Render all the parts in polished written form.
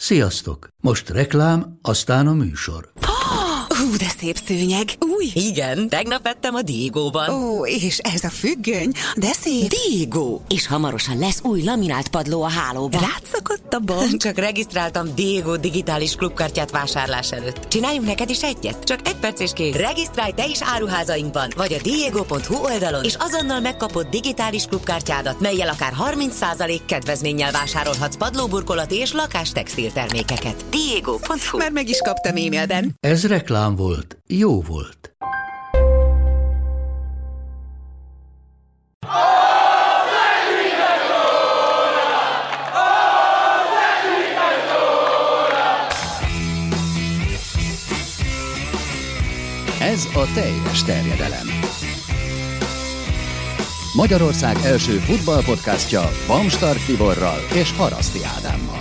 Sziasztok! Most reklám, aztán a műsor. Hú, de szép szőnyeg. Új? Igen, tegnap vettem a Diegóban. Ó, és ez a függöny, de szép. Diegó! És hamarosan lesz új laminált padló a hálóban. Rátszakadt a bank. Csak regisztráltam Diegó digitális klubkártyát vásárlás előtt. Csináljunk neked is egyet? Csak 1 perc és kész. Regisztrálj te is áruházainkban, vagy a diego.hu oldalon, és azonnal megkapod digitális klubkártyádat, mellyel akár 30% kedvezménnyel vásárolhatsz padlóburkolati és lakástextil termékeket. Diego.hu. Már meg is kaptam e-mailben. Ez reklám volt, jó volt. Ez a teljes terjedelem. Magyarország első futballpodcastja Bamstart Tiborral és Haraszti Ádámmal.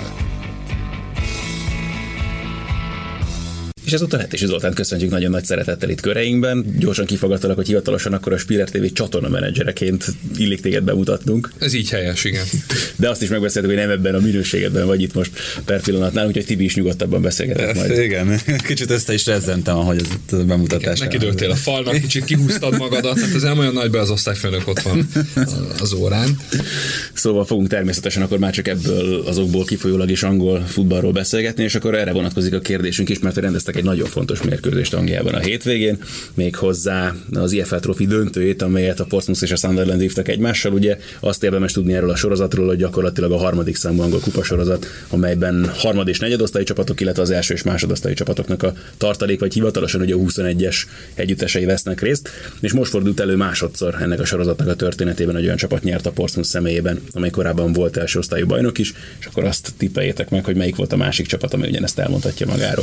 És ezúttal Hetési Zoltánt köszöntjük nagyon nagy szeretettel itt köreinkben. Gyorsan kifogadtalak, hogy hivatalosan akkor a Spiller TV csatorna menedzsereként illik téged bemutatnunk. Ez így helyes, igen. De azt is megbeszéltük, hogy nem ebben a minőségedben vagy itt most per pillanatnál, úgyhogy Tibi is nyugodtabban beszélgetett majd. Igen, kicsit össze is rezzentem, ahogy ez a bemutatás. Neki dőltél a falnak, kicsit kihúztad magadat, tehát ez nem olyan nagy, be az osztályfőnök ott van az órán. Szóval fogunk természetesen akkor már csak ebből azokból kifolyólag is angol futballról beszélgetni, és akkor erre vonatkozik a kérdésünk is, mert rendeztek egy nagyon fontos mérkőzést Angliában a hétvégén, méghozzá az EFL Trophy döntőjét, amelyet a Portsmouth és a Sunderland vívtak egymással. Ugye azt érdemes tudni erről a sorozatról, hogy gyakorlatilag a harmadik számú angol kupasorozat, amelyben harmad- és negyedosztályi csapatok, illetve az első és másodosztályi csapatoknak a tartalék, vagy hivatalosan ugye a 21-es együttesei vesznek részt, és most fordult elő másodszor ennek a sorozatnak a történetében, hogy olyan csapat nyert a Portsmouth személyében, amely korábban volt első osztályú bajnok is, és akkor azt tippeljétek meg, hogy melyik volt a másik csapat, ami ugyanezt elmondhatja magáról.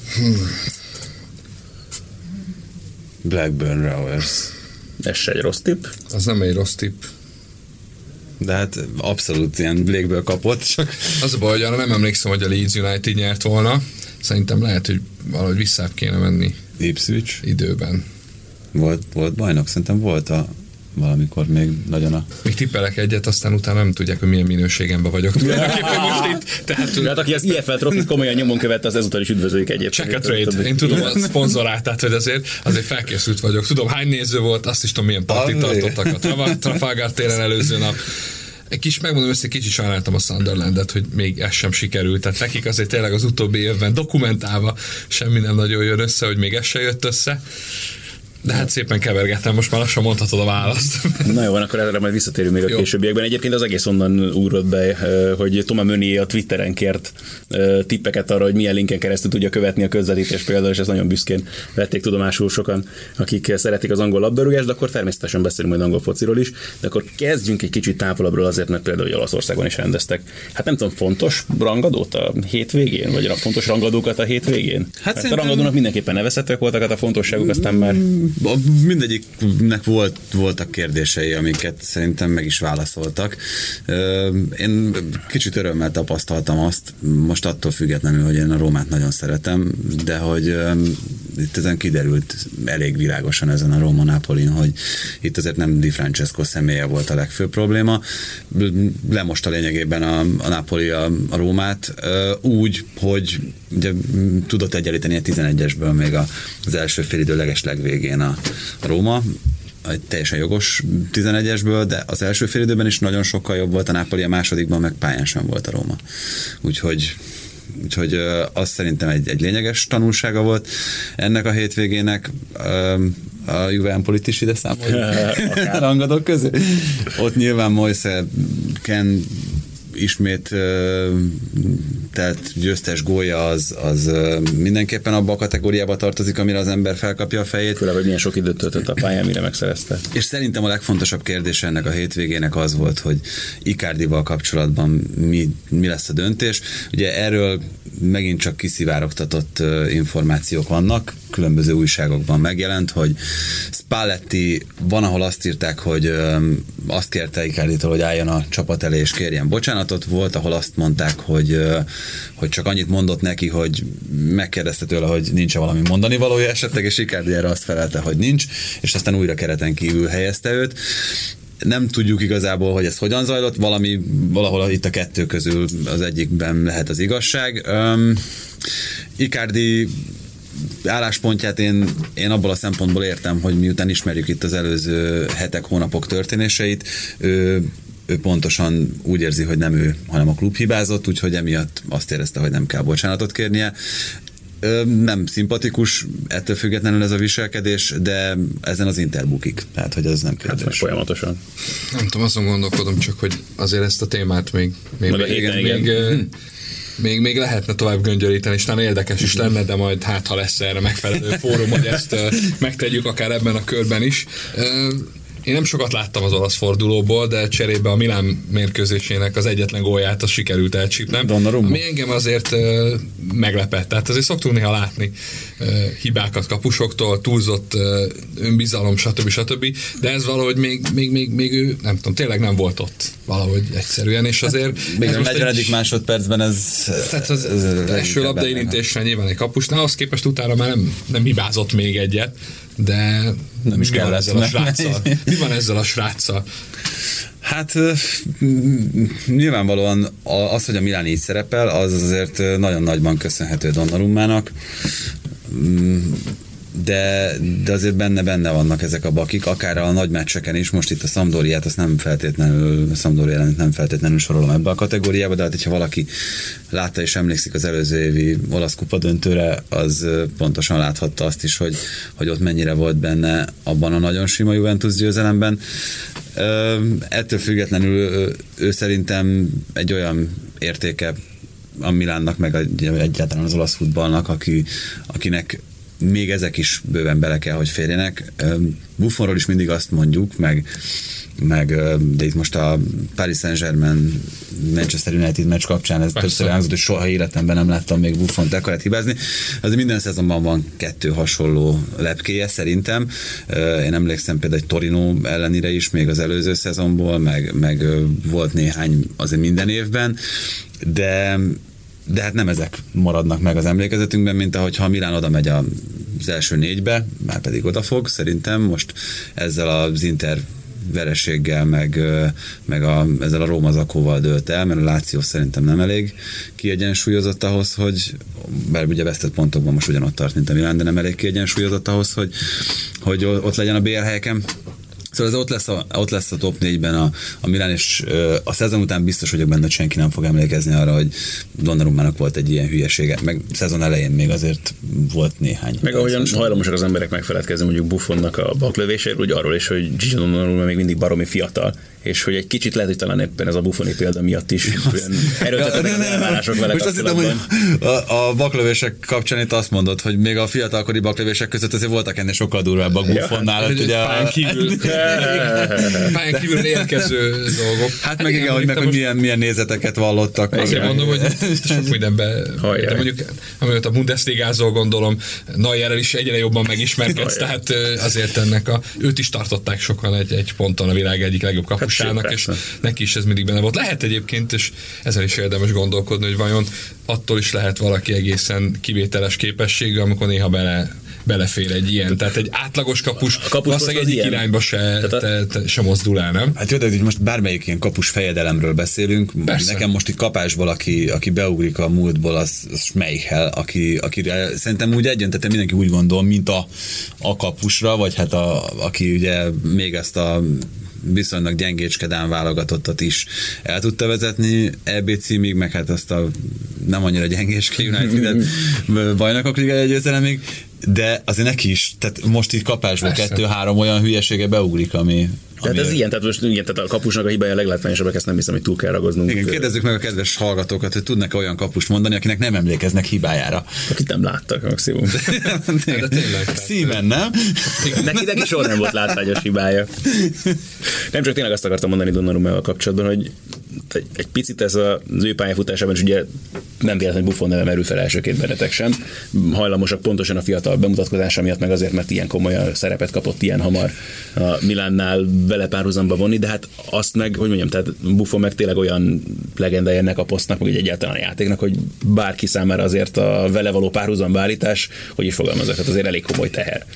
Blackburn Rovers. Ez se egy rossz tipp. Az nem egy rossz tipp. De hát abszolút ilyen Blakeből kapott, csak... Az a baj, hogy arra nem emlékszem, hogy a Leeds United nyert volna. Szerintem lehet, hogy valahogy visszább kéne menni. Ipswich. Időben. Volt bajnok, szerintem volt valamikor még nagyon a... Még tippelek egyet, aztán utána nem tudják, hogy milyen minőségemben vagyok. Tulajdonképpen most itt. Tehát aki az EFL Trophy-t komolyan nyomon követte, az ezúttal is üdvözöljük egyébként. Check a trade. Én tudom a szponzorát, tehát hogy azért felkészült vagyok. Tudom, hány néző volt, azt is tudom, milyen partit tartottak a Trafalgar téren előző nap. Megmondom össze, kicsit sajnáltam a Sunderlandet, hogy még ez sem sikerült. Tehát nekik azért tényleg az utóbbi évben dokumentálva semmi nem nagyon jön össze, hogy még ez se jött össze. De hát szépen kevergettem, most már lassan mondhatod a választ. Na jó, van, akkor erre majd visszatérünk még a későbbiekben. Egyébként az egész onnan úrott be, hogy Thomas Meunier a Twitteren kért tippeket arra, hogy milyen linken keresztül tudja követni a közvetítés például, és ezt nagyon büszkén vették tudomásul sokan, akik szeretik az angol labdarúgást, de akkor természetesen beszélünk majd angol fociról is. De akkor kezdjünk egy kicsit távolabbról azért, mert például Olaszországban is rendeztek. Hát nem tudom, fontos rangadót a hétvégén, vagy fontos rangadókat a hétvégén? Hát a rangadónak mindenképpen nevezhetőek voltak, hát a fontosságuk aztán már mindegyiknek voltak kérdései, amiket szerintem meg is válaszoltak. Én kicsit örömmel tapasztaltam azt, most attól függetlenül, hogy én a Rómát nagyon szeretem, de hogy itt ezen kiderült elég világosan ezen a Róma-Napolin, hogy itt azért nem Di Francesco személye volt a legfőbb probléma. Lemosta lényegében a Napoli a Rómát úgy, hogy ugye tudott egyenlíteni a 11-esből még az első félidő legvégén a Róma, egy teljesen jogos 11-esből, de az első félidőben is nagyon sokkal jobb volt a Napoli, a másodikban meg pályán sem volt a Róma. Úgyhogy az szerintem egy lényeges tanulsága volt ennek a hétvégének. A Juve Empolit is ide számoljuk a rangadók közé. Ott nyilván Moise Kean ismét tehát győztes gólja az mindenképpen abba a kategóriába tartozik, amire az ember felkapja a fejét. Főleg, hogy milyen sok időt töltött a pályán, mire megszerezte. És szerintem a legfontosabb kérdés ennek a hétvégének az volt, hogy Icardival kapcsolatban mi lesz a döntés. Ugye erről megint csak kiszivárogtatott információk vannak, különböző újságokban megjelent, hogy Spalletti van, ahol azt írták, hogy azt kérte Icarditól, hogy álljon a csapat elé és kérjen bocsánatot, volt, ahol azt mondták, hogy csak annyit mondott neki, hogy megkérdezte tőle, hogy nincs-e valami mondani valója esetleg, és Icardi erre azt felelte, hogy nincs, és aztán újra kereten kívül helyezte őt. Nem tudjuk igazából, hogy ez hogyan zajlott, valahol itt a kettő közül az egyikben lehet az igazság. Icardi álláspontját én abból a szempontból értem, hogy miután ismerjük itt az előző hetek, hónapok történéseit, ő pontosan úgy érzi, hogy nem ő, hanem a klub hibázott, úgyhogy emiatt azt érezte, hogy nem kell bocsánatot kérnie. Nem szimpatikus ettől függetlenül ez a viselkedés, de ezen az Inter bukik. Tehát, hogy ez nem kérdés. Folyamatosan. Nem tudom, azon gondolkodom csak, hogy azért ezt a témát még lehetne tovább göngyölíteni, és talán érdekes is lenne, de majd ha lesz erre megfelelő fórum, hogy ezt megtegyük akár ebben a körben is. Én nem sokat láttam az olasz fordulóból, de cserébe a Milán mérkőzésének az egyetlen gólját az sikerült elcsípnem. Ami engem azért meglepett. Tehát azért szoktunk néha látni hibákat kapusoktól, túlzott önbizalom, stb. De ez valahogy még ő, nem tudom, tényleg nem volt ott valahogy egyszerűen, és azért... Még a 40. másodpercben ez... Tehát az első labdaérintésre nyilván egy kapusnál, ahhoz képest utána már nem hibázott még egyet, de nem is kell ezzel a sráccal. Mi van ezzel a sráccal? Hát nyilvánvalóan az, hogy a Milán így szerepel, az azért nagyon nagyban köszönhető Donnarummának, de azért benne vannak ezek a bakik, akár a nagy meccseken is, most itt a Sampdoriát, azt nem feltétlenül sorolom ebbe a kategóriába, de hát hogyha valaki látta és emlékszik az előző évi olasz kupa döntőre, az pontosan láthatta azt is, hogy ott mennyire volt benne abban a nagyon sima Juventus győzelemben. Ettől függetlenül ő szerintem egy olyan értéke a Milánnak, meg egyáltalán az olasz futballnak, akinek még ezek is bőven bele kell, hogy férjenek. Buffonról is mindig azt mondjuk, meg de itt most a Paris Saint-Germain Manchester United meccs kapcsán ez többször elhangzott, hogy soha életemben nem láttam még Buffont ekkorát hibázni. Azért minden szezonban van 2 hasonló lepkéje szerintem. Én emlékszem például egy Torino ellenére is, még az előző szezonból, meg volt néhány azért minden évben, de hát nem ezek maradnak meg az emlékezetünkben, mint ahogyha a Milán oda megy az első 4-be, már pedig oda fog, szerintem most ezzel az Inter vereséggel, ezzel a Róma zakóval dőlt el, mert a Lazio szerintem nem elég kiegyensúlyozott ahhoz, bár ugye vesztett pontokban most ugyanott tart, mint a Milán, de nem elég kiegyensúlyozott ahhoz, hogy ott legyen a BL helyeken. Szóval ez ott lesz a top 4-ben a Milán, és a szezon után biztos vagyok benne, hogy senki nem fog emlékezni arra, hogy Donnarummának volt egy ilyen hülyesége. Meg szezon elején még azért volt néhány. Meg ahogyan hajlamosak az emberek megfeledkezni mondjuk Buffonnak a baklövéséről, úgy arról is, hogy Gigi Donnarumma még mindig baromi fiatal, és hogy egy kicsit lehet, hogy talán éppen ez a Buffoni példa miatt is erőltetnek az elvárások vele kapcsolatban. Most azt hittem, hogy a baklövések kapcsán itt azt mondod, hogy még a fiatalkori baklövések között azért voltak ennél sokkal durvábbak Buffonnál. Pályán kívül érkező dolgok. Hát meg igen, hogy milyen nézeteket vallottak. Azért mondom, hogy sok mindenben, de mondjuk, amióta a Bundesligázol gondolom, Neuerrel is egyre jobban megismerkedsz, tehát azért őt is tartották sokan egy ponton a világ egyik legjobb kapusának, és neki is ez mindig benne volt. Lehet egyébként, és ezen is érdemes gondolkodni, hogy vajon attól is lehet valaki egészen kivételes képességű, amikor néha belefér egy ilyen. Tehát egy átlagos kapus valószínűleg egyik irányba se mozdul el, nem? Hát jó, de most bármelyik ilyen kapus fejedelemről beszélünk. Persze. Nekem most itt kapásból, aki beugrik a múltból, az Schmeichel, akire szerintem úgy egyöntetően mindenki úgy gondol, mint a kapusra, vagy hát aki ugye még ezt a viszonylag gyengécskedán válogatottat is el tudta vezetni EB címig, meg hát azt a nem annyira gyengécske United bajnokok ligája győzelemig, de azért neki is, tehát most itt kapásból 2-3 olyan hülyesége beugrik, ami tehát ez ilyen, tehát most igen, tehát a kapusnak a hibája a leglátványosabbak, ezt nem hiszem, hogy túl kell ragoznunk. Igen, kérdezzük meg a kedves hallgatókat, hogy tudnak olyan kapust mondani, akinek nem emlékeznek hibájára. Akit nem láttak, maximum. De tényleg. Szíven, nem? Neki soha nem volt látványos hibája. Nem csak tényleg azt akartam mondani Donnarummával kapcsolatban, hogy egy picit ez az ő pályafutásában is ugye nem véletlen, hogy Buffon neve merül fel elsőként bennetek sem. Hajlamosak pontosan a fiatal bemutatkozása miatt, meg azért, mert ilyen komoly szerepet kapott ilyen hamar a Milánnál vele párhuzamba vonni, de hát azt meg, hogy mondjam, tehát Buffon meg tényleg olyan legendája ennek a posztnak, meg egyáltalán a játéknak, hogy bárki számára azért a vele való párhuzamba állítás, hogy is fogalmazok, tehát azért elég komoly teher.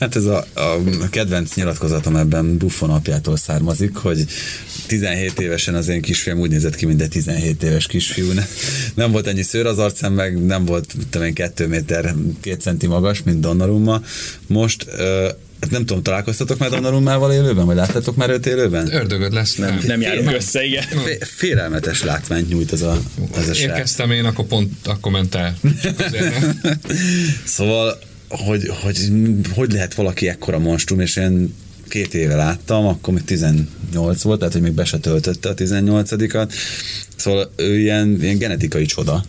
Hát ez a kedvenc nyilatkozatom ebben Buffon apjától származik, hogy 17 évesen az én kisfiam úgy nézett ki, mint egy 17 éves kisfiú. Nem volt ennyi szőr az arcán, meg nem volt 2 méter 2 centi magas, mint Donnarumma. Most nem tudom, találkoztatok már Donnarummával élőben, vagy láttátok már őt élőben? Ördögöd lesz. Nem járunk össze, igen. Félelmetes látványt nyújt ez a srác. Érkeztem én, akkor ment el. Szóval, hogy lehet valaki ekkora monstrum, és én 2 éve láttam, akkor még 18 volt, tehát hogy még be se töltötte a 18-at. Szóval ő ilyen genetikai csoda.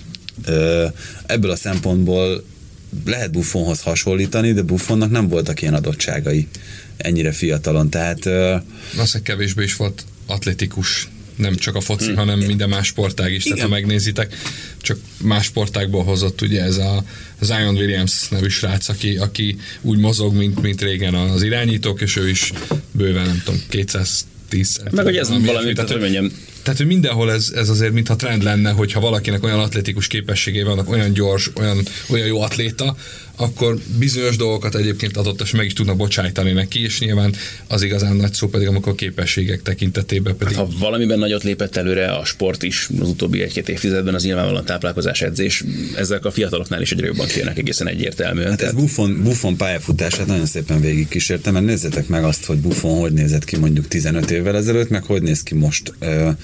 Ebből a szempontból lehet Buffonhoz hasonlítani, de Buffonnak nem voltak ilyen adottságai ennyire fiatalon, tehát... Azt kevésbé is volt atletikus, nem csak a foci, hanem minden más sportág is, tehát ha megnézitek, csak más sportágból hozott ugye ez a Zion Williams nevű srác, aki úgy mozog, mint régen az irányítók, és ő is bőven, nem tudom, 210. Meg hogy ez valami, tehát hogy mondjam, tehát, hogy mindenhol ez azért, mintha trend lenne, hogyha valakinek olyan atletikus képességei vannak, olyan gyors, olyan jó atléta, akkor bizonyos dolgokat egyébként adott, és meg is tudnak bocsájtani neki, és nyilván az igazán nagy szó pedig, amikor képességek tekintetében pedig... Hát, ha valamiben nagyot lépett előre a sport is az utóbbi 1-2 évtizedben, az nyilvánvalóan táplálkozás, edzés. Ezek a fiataloknál is egyre jobban kijönnek egészen egyértelműen. Hát ez Buffon pályafutását nagyon szépen végigkísértem, mert nézzetek meg azt, hogy Buffon hogy nézett ki mondjuk 15 évvel ezelőtt, meg hogy néz ki most.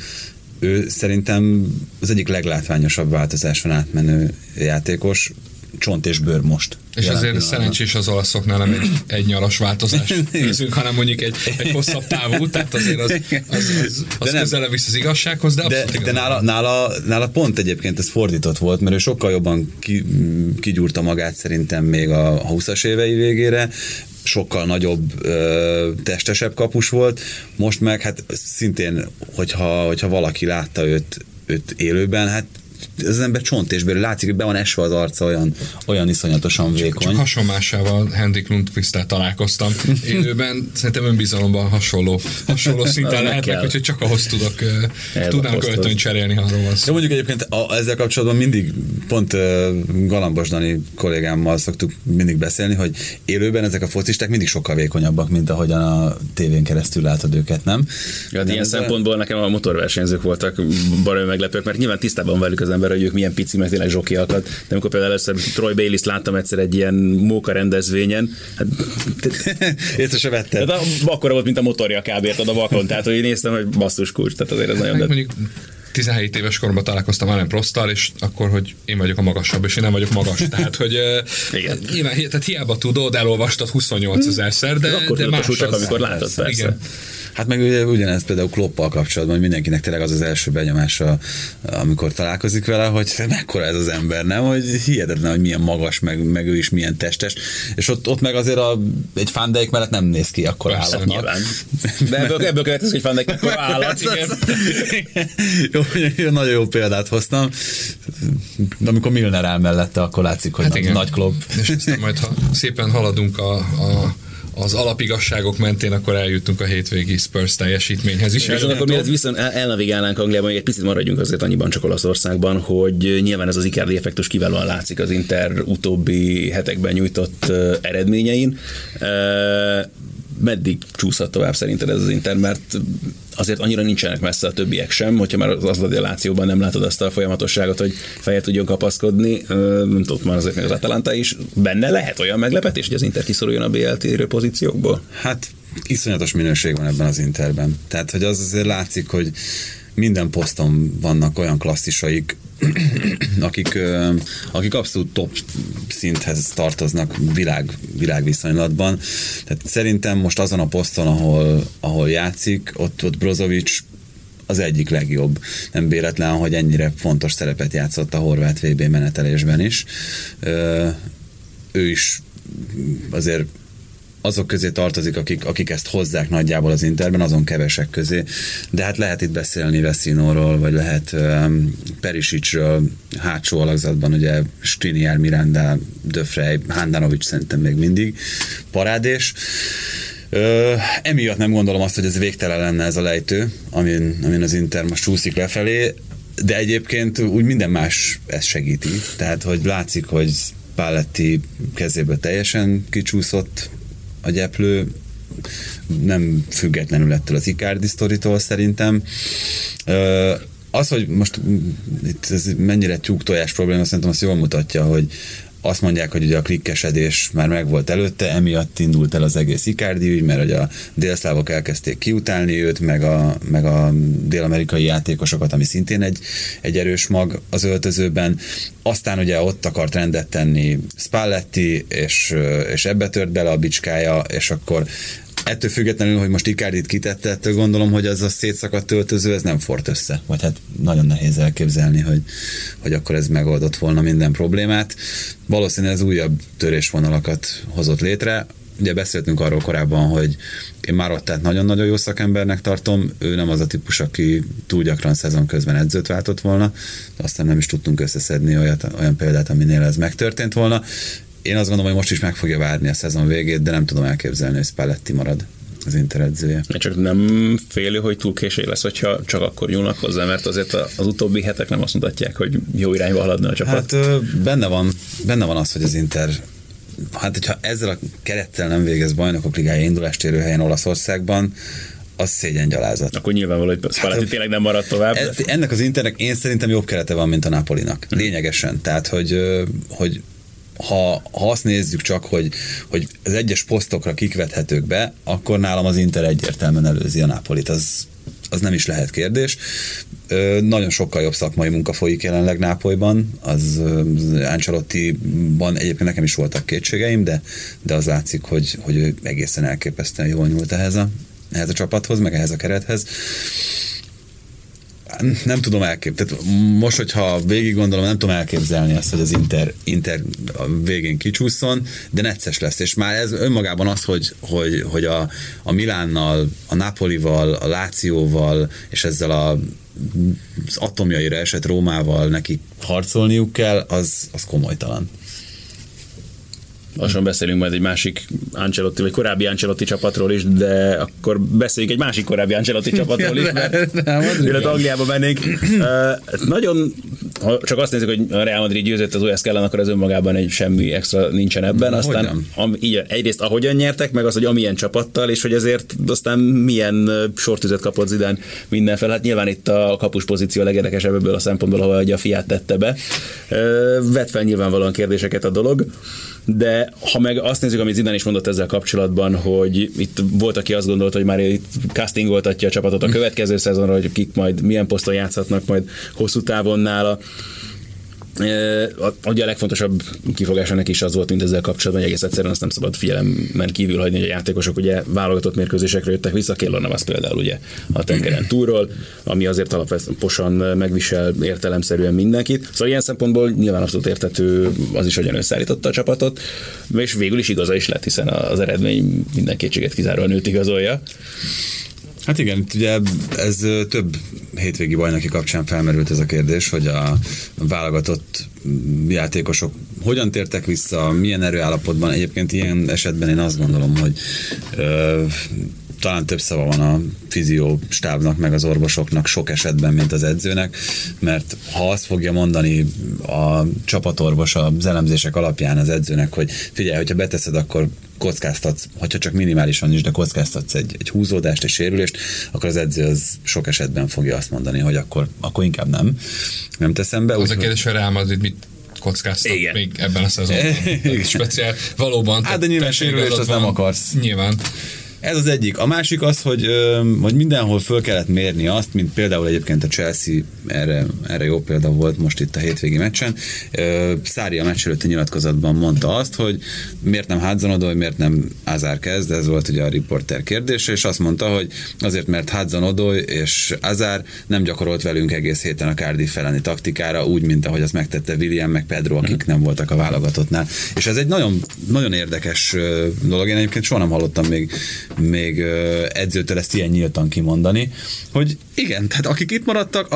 Ő szerintem az egyik leglátványosabb változáson átmenő játékos, csont és bőr most. És azért szerencsés az olaszoknál nem egy nyaras változás nézünk, hanem mondjuk egy hosszabb távú, tehát azért az közelebb visz az igazsághoz, de nála pont egyébként ez fordított volt, mert ő sokkal jobban kigyúrta magát szerintem még a 20-as évei végére, sokkal nagyobb, testesebb kapus volt, most meg hát szintén, hogyha valaki látta őt élőben, hát az ember csont és bőr, látszik, hogy be van esve az arca, olyan iszonyatosan vékony. Csak hasonlásával Henrik Lundqvist-tel találkoztam élőben, szerintem önbizalomban hasonló szinten lehetnek, úgyhogy csak ahhoz tudnám költönyt cserélni, ha arról van szó. De mondjuk egyébként ezzel kapcsolatban mindig, pont Galambos Dani kollégámmal szoktuk mindig beszélni, hogy élőben ezek a focisták mindig sokkal vékonyabbak, mint ahogyan a tévén keresztül látod őket, nem? Ja, ilyen szempontból nekem a motorversenyzők voltak baromi meglepők, mert nyilván tisztában velük az ember, hogy ők milyen pici, meg tényleg zsokkiakat. De amikor például először Troy Bayliss láttam egyszer egy ilyen móka rendezvényen, hát, észre se vetted. Tehát akkora volt, mint a motorja kb. A vakon, tehát hogy én néztem, hogy basszus kulcs, tehát azért ez nagyon... Mondjuk 17 éves koromban találkoztam Alain Prosttal, és akkor, hogy én vagyok a magasabb, és én nem vagyok magas. Tehát, hogy tehát hiába tudod, elolvastad 28 000-szer, de más csak amikor látod, persze. Igen. Hát meg ugyanez például Kloppal kapcsolatban, hogy mindenkinek tényleg az első benyomása, amikor találkozik vele, hogy mekkora ez az ember, nem? Hogy hihetetlen, hogy milyen magas, meg ő is milyen testes, és ott meg azért egy Van Dijk mellett nem néz ki akkor állatnak. De ebből következik, hogy Van Dijk mekkora állat. Jó, nagyon jó példát hoztam. De amikor Milner áll mellette, akkor látszik, hogy nagy Klopp. És aztán majd, ha szépen haladunk az alapigasságok mentén, akkor eljutunk a hétvégi Spurs teljesítményhez is. És akkor mi ez viszont elnavigálnánk Angliában, hogy egy picit maradjunk azért annyiban csak Olaszországban, hogy nyilván ez az Icardi effektus kiválóan látszik az Inter utóbbi hetekben nyújtott eredményein. Meddig csúszhat tovább szerinted ez az Inter, mert azért annyira nincsenek messze a többiek sem, hogyha már az adrelációban nem látod azt a folyamatosságot, hogy fejet tudjon kapaszkodni, nem tudom, már azért még az Atalanta is, benne lehet olyan meglepetés, hogy az Inter kiszoruljon a BL térő pozíciókból? Hát iszonyatos minőség van ebben az Interben. Tehát, hogy az azért látszik, hogy minden poszton vannak olyan klasszisaik, akik abszolút top szinthez tartoznak világviszonylatban. Tehát szerintem most azon a poszton, ahol játszik, ott Brozovic az egyik legjobb. Nem véletlen, hogy ennyire fontos szerepet játszott a horvát VB menetelésben is. Ő is azért azok közé tartozik, akik ezt hozzák nagyjából az Interben, azon kevesek közé. De hát lehet itt beszélni Vessinóról, vagy lehet Perisicről, hátsó alakzatban, ugye Skriniar, Miranda, De Vrij, Handanovic szerintem még mindig parádés. Emiatt nem gondolom azt, hogy ez végtelen lenne ez a lejtő, amin az Inter most csúszik lefelé, de egyébként úgy minden más ezt segíti. Tehát, hogy látszik, hogy Spalletti kezéből teljesen kicsúszott a gyeplő, nem függetlenül ettől az Icardi sztoritól szerintem. Az, hogy most itt ez mennyire tyúk-tojás probléma, szerintem azt jól mutatja, hogy azt mondják, hogy ugye a klikkesedés már megvolt előtte, emiatt indult el az egész Icardi ügy, mert hogy a délszlávok elkezdték kiutálni őt, meg a dél-amerikai játékosokat, ami szintén egy erős mag az öltözőben. Aztán ugye ott akart rendet tenni Spalletti, és ebbe tört bele a bicskája, és akkor ettől függetlenül, hogy most Icardit kitette, ettől gondolom, hogy az a szétszakadt öltöző, ez nem fort össze. Vagy hát nagyon nehéz elképzelni, hogy akkor ez megoldott volna minden problémát. Valószínűleg ez újabb törésvonalakat hozott létre. Ugye beszéltünk arról korábban, hogy én Marottát nagyon-nagyon jó szakembernek tartom, ő nem az a típus, aki túl gyakran szezon közben edzőt váltott volna, de aztán nem is tudtunk összeszedni olyan példát, aminél ez megtörtént volna. Én azt gondolom, hogy most is meg fogja várni a szezon végét, de nem tudom elképzelni, hogy Spalletti marad az Inter edzője. Csak nem félő, hogy túl késő lesz, hogyha csak akkor nyúlnak hozzá, mert azért az utóbbi hetek nem azt mutatják, hogy jó irányba haladna a csapat. Hát benne van az, hogy az Inter, hát hogyha ezzel a kerettel nem végez Bajnokok Ligája indulást érő helyen Olaszországban, az szégyengyalázat. Akkor nyilvánvaló, hogy Spalletti tényleg nem maradt tovább. Ennek az Internek én szerintem jobb kerete van, mint a Napolinak. Lényegesen. Tehát, hogy ha azt nézzük csak, hogy az egyes posztokra kik vethetők be, akkor nálam az Inter egyértelműen előzi a Napolit. Az nem is lehet kérdés. Nagyon sokkal jobb szakmai munka folyik jelenleg Nápolyban. Az Ancelottiban egyébként nekem is voltak kétségeim, de az látszik, hogy ő egészen elképesztően jól nyúlt ehhez a csapathoz, meg ehhez a kerethez. Nem tudom elképzelni. Most, hogyha végig gondolom, nem tudom elképzelni azt, hogy az Inter a végén kicsúszson, de necces lesz. És már ez önmagában az, hogy a Milánnal, a Napolival, a Lációval, és ezzel az atomjaira esett Rómával nekik harcolniuk kell, az komolytalan. Lassan beszélünk majd egy másik Ancelotti, vagy korábbi Ancelotti csapatról is, de akkor beszéljünk egy másik korábbi Ancelotti csapatról is, mert Angliába mennénk. Nagyon, ha csak azt nézzük, hogy a Real Madrid győzött az USK ellen, akkor az önmagában egy semmi extra nincsen ebben. Aztán így, egyrészt ahogyan nyertek, meg az, hogy amilyen csapattal, és hogy ezért aztán milyen sortüzet kapott Zidane mindenfel. Hát nyilván itt a kapus pozíció a legérdekesebb ebből a szempontból, ahol a fiát tette be. Vett fel nyilvánvalóan kérdéseket a dolog. De ha meg azt nézzük, amit Zidane is mondott ezzel kapcsolatban, hogy itt volt, aki azt gondolta, hogy már itt castingoltatja a csapatot a következő szezonra, hogy kik majd milyen poszton játszhatnak majd hosszú távon nála. Ugye a legfontosabb kifogása neki is az volt, mint ezzel kapcsolatban, hogy egész egyszerűen azt nem szabad figyelemben kívül hagyni, hogy a játékosok ugye válogatott mérkőzésekre jöttek vissza, Keylor Navas például ugye a tengeren túlról, ami azért alaposan megvisel értelemszerűen mindenkit. Szóval ilyen szempontból nyilván abszolút érthető az is, hogyan összeállította a csapatot, és végül is igaza is lett, hiszen az eredmény minden kétséget kizáróan őt igazolja. Hát igen, ugye ez több hétvégi bajnoki kapcsán felmerült ez a kérdés, hogy a válogatott játékosok hogyan tértek vissza, milyen erőállapotban. Egyébként ilyen esetben én azt gondolom, hogy talán több szava van a fizió stábnak, meg az orvosoknak sok esetben, mint az edzőnek, mert ha azt fogja mondani a csapatorvos az elemzések alapján az edzőnek, hogy figyelj, hogyha beteszed, akkor kockáztatsz, hogyha csak minimálisan is, de kockáztatsz egy húzódást, egy sérülést, akkor az edző az sok esetben fogja azt mondani, hogy akkor inkább nem teszem be. Az a kérdés, hogy Real Madrid mit kockáztat még ebben a szezonban. Speciál, valóban. Hát de nyilván sérülést azt nem akarsz. Nyilván. Ez az egyik. A másik az, hogy mindenhol föl kellett mérni azt, mint például egyébként a Chelsea, erre jó példa volt most itt a hétvégi meccsen. Sarri a meccs előtti nyilatkozatban mondta azt, hogy miért nem Hudson-Odoi, miért nem Hazard kezd, ez volt ugye a riporter kérdése, és azt mondta, hogy azért, mert Hudson-Odoi és Hazard nem gyakorolt velünk egész héten a Cardiff elleni taktikára, úgy, mint ahogy azt megtette William, meg Pedro, akik nem voltak a válogatottnál. És ez egy nagyon, nagyon érdekes dolog. Én egyébként soha nem hallottam még edzőtől ezt ilyen nyíltan kimondani, hogy igen, tehát akik itt maradtak, azok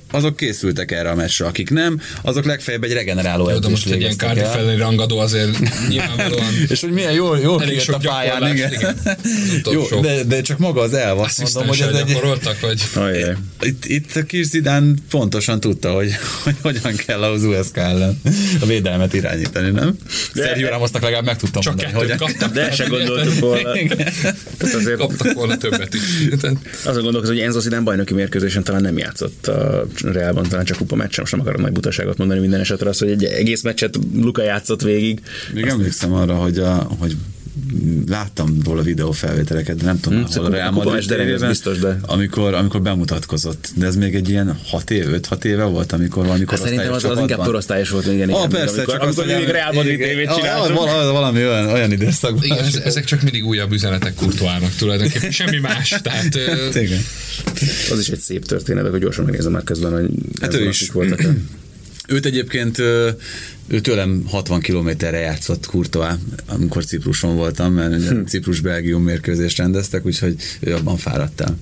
azok készültek erre a meccsre, akik nem, azok legfeljebb egy regeneráló edzést de most egy ilyen Cardiff elleni rangadó azért nyilvánvalóan. És hogy milyen jól kijött a pályán, igen. Jó, de csak maga az elv, azt mondom, hogy ez egy... gyakoroltak, vagy... Itt a kis Zidane pontosan tudta, hogy hogyan kell az USK ellen a védelmet irányítani, nem? Sergio Ramosnak legalább meg tudtam csak mondani, hogy... kaptak. De se gondoltuk volna. Kaptak volna többet is. Azon gondolkozom, hogy Enzo Zidane bajnoki mérkőzésen talán nem játszott a Realban, talán csak kupa meccsen, most nem akarok nagy butaságot mondani minden esetre, az, hogy egy egész meccset Luka játszott végig. Még emlékszem arra, hogy láttam róla videófelvételeket, de nem tudom, hol a Real Madrid tévében, amikor bemutatkozott. De ez még egy ilyen 5-6 éve volt, amikor valami korosztályos csapatban. Szerintem az inkább korosztályos volt. Igen, persze, amikor még Real Madrid tévét csináltam. Valami olyan időszakban. Igen, ezek csak mindig újabb üzenetek Courtoisnak tulajdonképpen, semmi más. Tehát, igen. Az is egy szép történet, hogy gyorsan megnézem már közben, hogy hát ő is voltak. Őt egyébként tőlem 60 kilométerre játszott Courtois, amikor Cipruson voltam, mert Ciprus-Belgium mérkőzést rendeztek, úgyhogy ő abban fáradt el.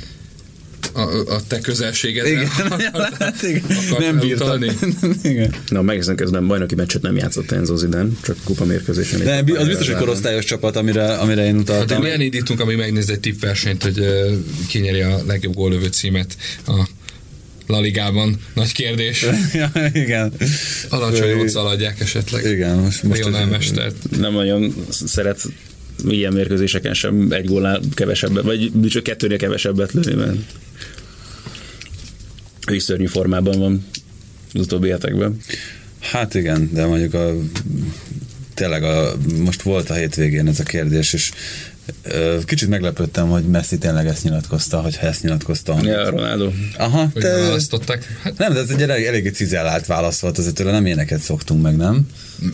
A te közelségedre igen. Nem bírtam. Na, megnézem közben, bajnoki meccset nem játszott Enzo Zidane, csak kupa mérkőzésen. De az biztos, hogy korosztályos csapat, amire én utaltam. Hát olyan indítunk, amíg megnézd egy tippversenyt, hogy kinyeri a legjobb góllövő címet a La Ligában. Nagy kérdés. Ja, igen. Alacsony óccal adják esetleg. Igen, most Lionel Mester. Nem nagyon szeret ilyen mérkőzéseken sem egy gólnál kevesebbet, vagy csak 2-nél kevesebbet lőni, mert ő is szörnyű formában van az utóbbi hetekben. Hát igen, de mondjuk tényleg most volt a hétvégén ez a kérdés, és kicsit meglepődtem, hogy Messi tényleg ezt nyilatkozta, hogyha ezt nyilatkozta. Ja, Ronaldo. Aha, hogy választották. Hát nem, de ez egy eléggé cizellált válasz volt, azért tőle nem ilyeneket szoktunk meg, nem?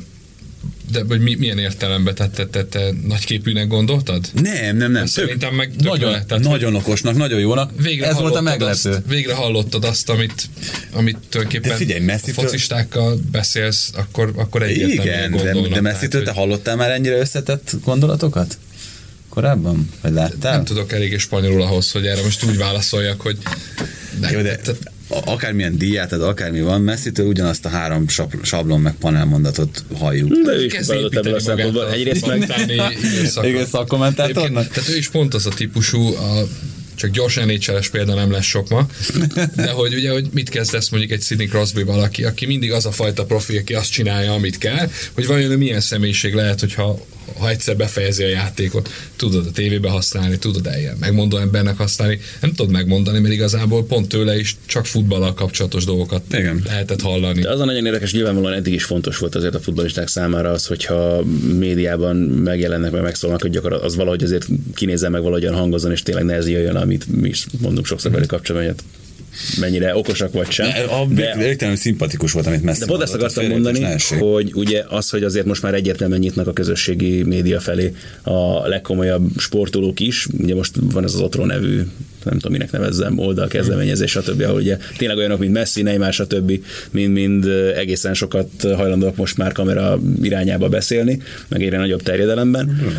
De hogy milyen értelemben te nagyképűnek gondoltad? Nem. Szerintem meg nagyon okosnak, nagyon jónak. Ez volt a meglepő. Végre hallottad azt, amit tulajdonképpen figyelj, a focistákkal beszélsz, akkor egyértelműen gondolnak. Igen, de Messitől te hallottál már ennyire összetett gondolatokat? Korábban? Vagy láttál? Nem tudok eléggé spanyolul ahhoz, hogy erre most úgy válaszoljak, hogy... Jó, de akármilyen díját, tehát akármi van, Messitől ugyanazt a 3 sablon meg panelmondatot halljuk. De ő is feladott ebből a szempontból. Egyrészt meg... Igen, szakkommentátornak? Tehát ő is pont az a típusú, csak gyors NHL-es példa nem lesz sok ma, de hogy ugye, hogy mit kezdesz mondjuk egy Sidney Crosby valaki, aki mindig az a fajta profi, aki azt csinálja, amit kell, hogy vajon milyen személyiség lehet, hogyha egyszer befejezi a játékot, tudod a tévébe használni, tudod ilyen megmondó embernek használni, nem tudod megmondani, mert igazából pont tőle is csak futballal kapcsolatos dolgokat lehetett hallani. De az a nagyon érdekes, nyilvánvalóan eddig is fontos volt azért a futballisták számára az, hogyha médiában megjelennek, meg megszólnak, hogy gyakorlatilag az valahogy azért kinézzen meg valahogyan hangozzon, és tényleg ne ez jöjjön, amit mi is mondunk sokszor velük kapcsolatban, hogy mennyire okosak vagy sem. Végtelenül szimpatikus volt, amit Messi. De pont ezt akartam mondani, hogy ugye az, hogy azért most már egyértelműen nyitnak a közösségi média felé a legkomolyabb sportolók is. Ugye most van ez az Otro nevű, nem tudom minek nevezzem, oldalkezdeményezés, stb., ahol ugye tényleg olyanok, mint Messi, Neymar, stb., mind egészen sokat hajlandóak most már kamera irányába beszélni, meg egyre nagyobb terjedelemben.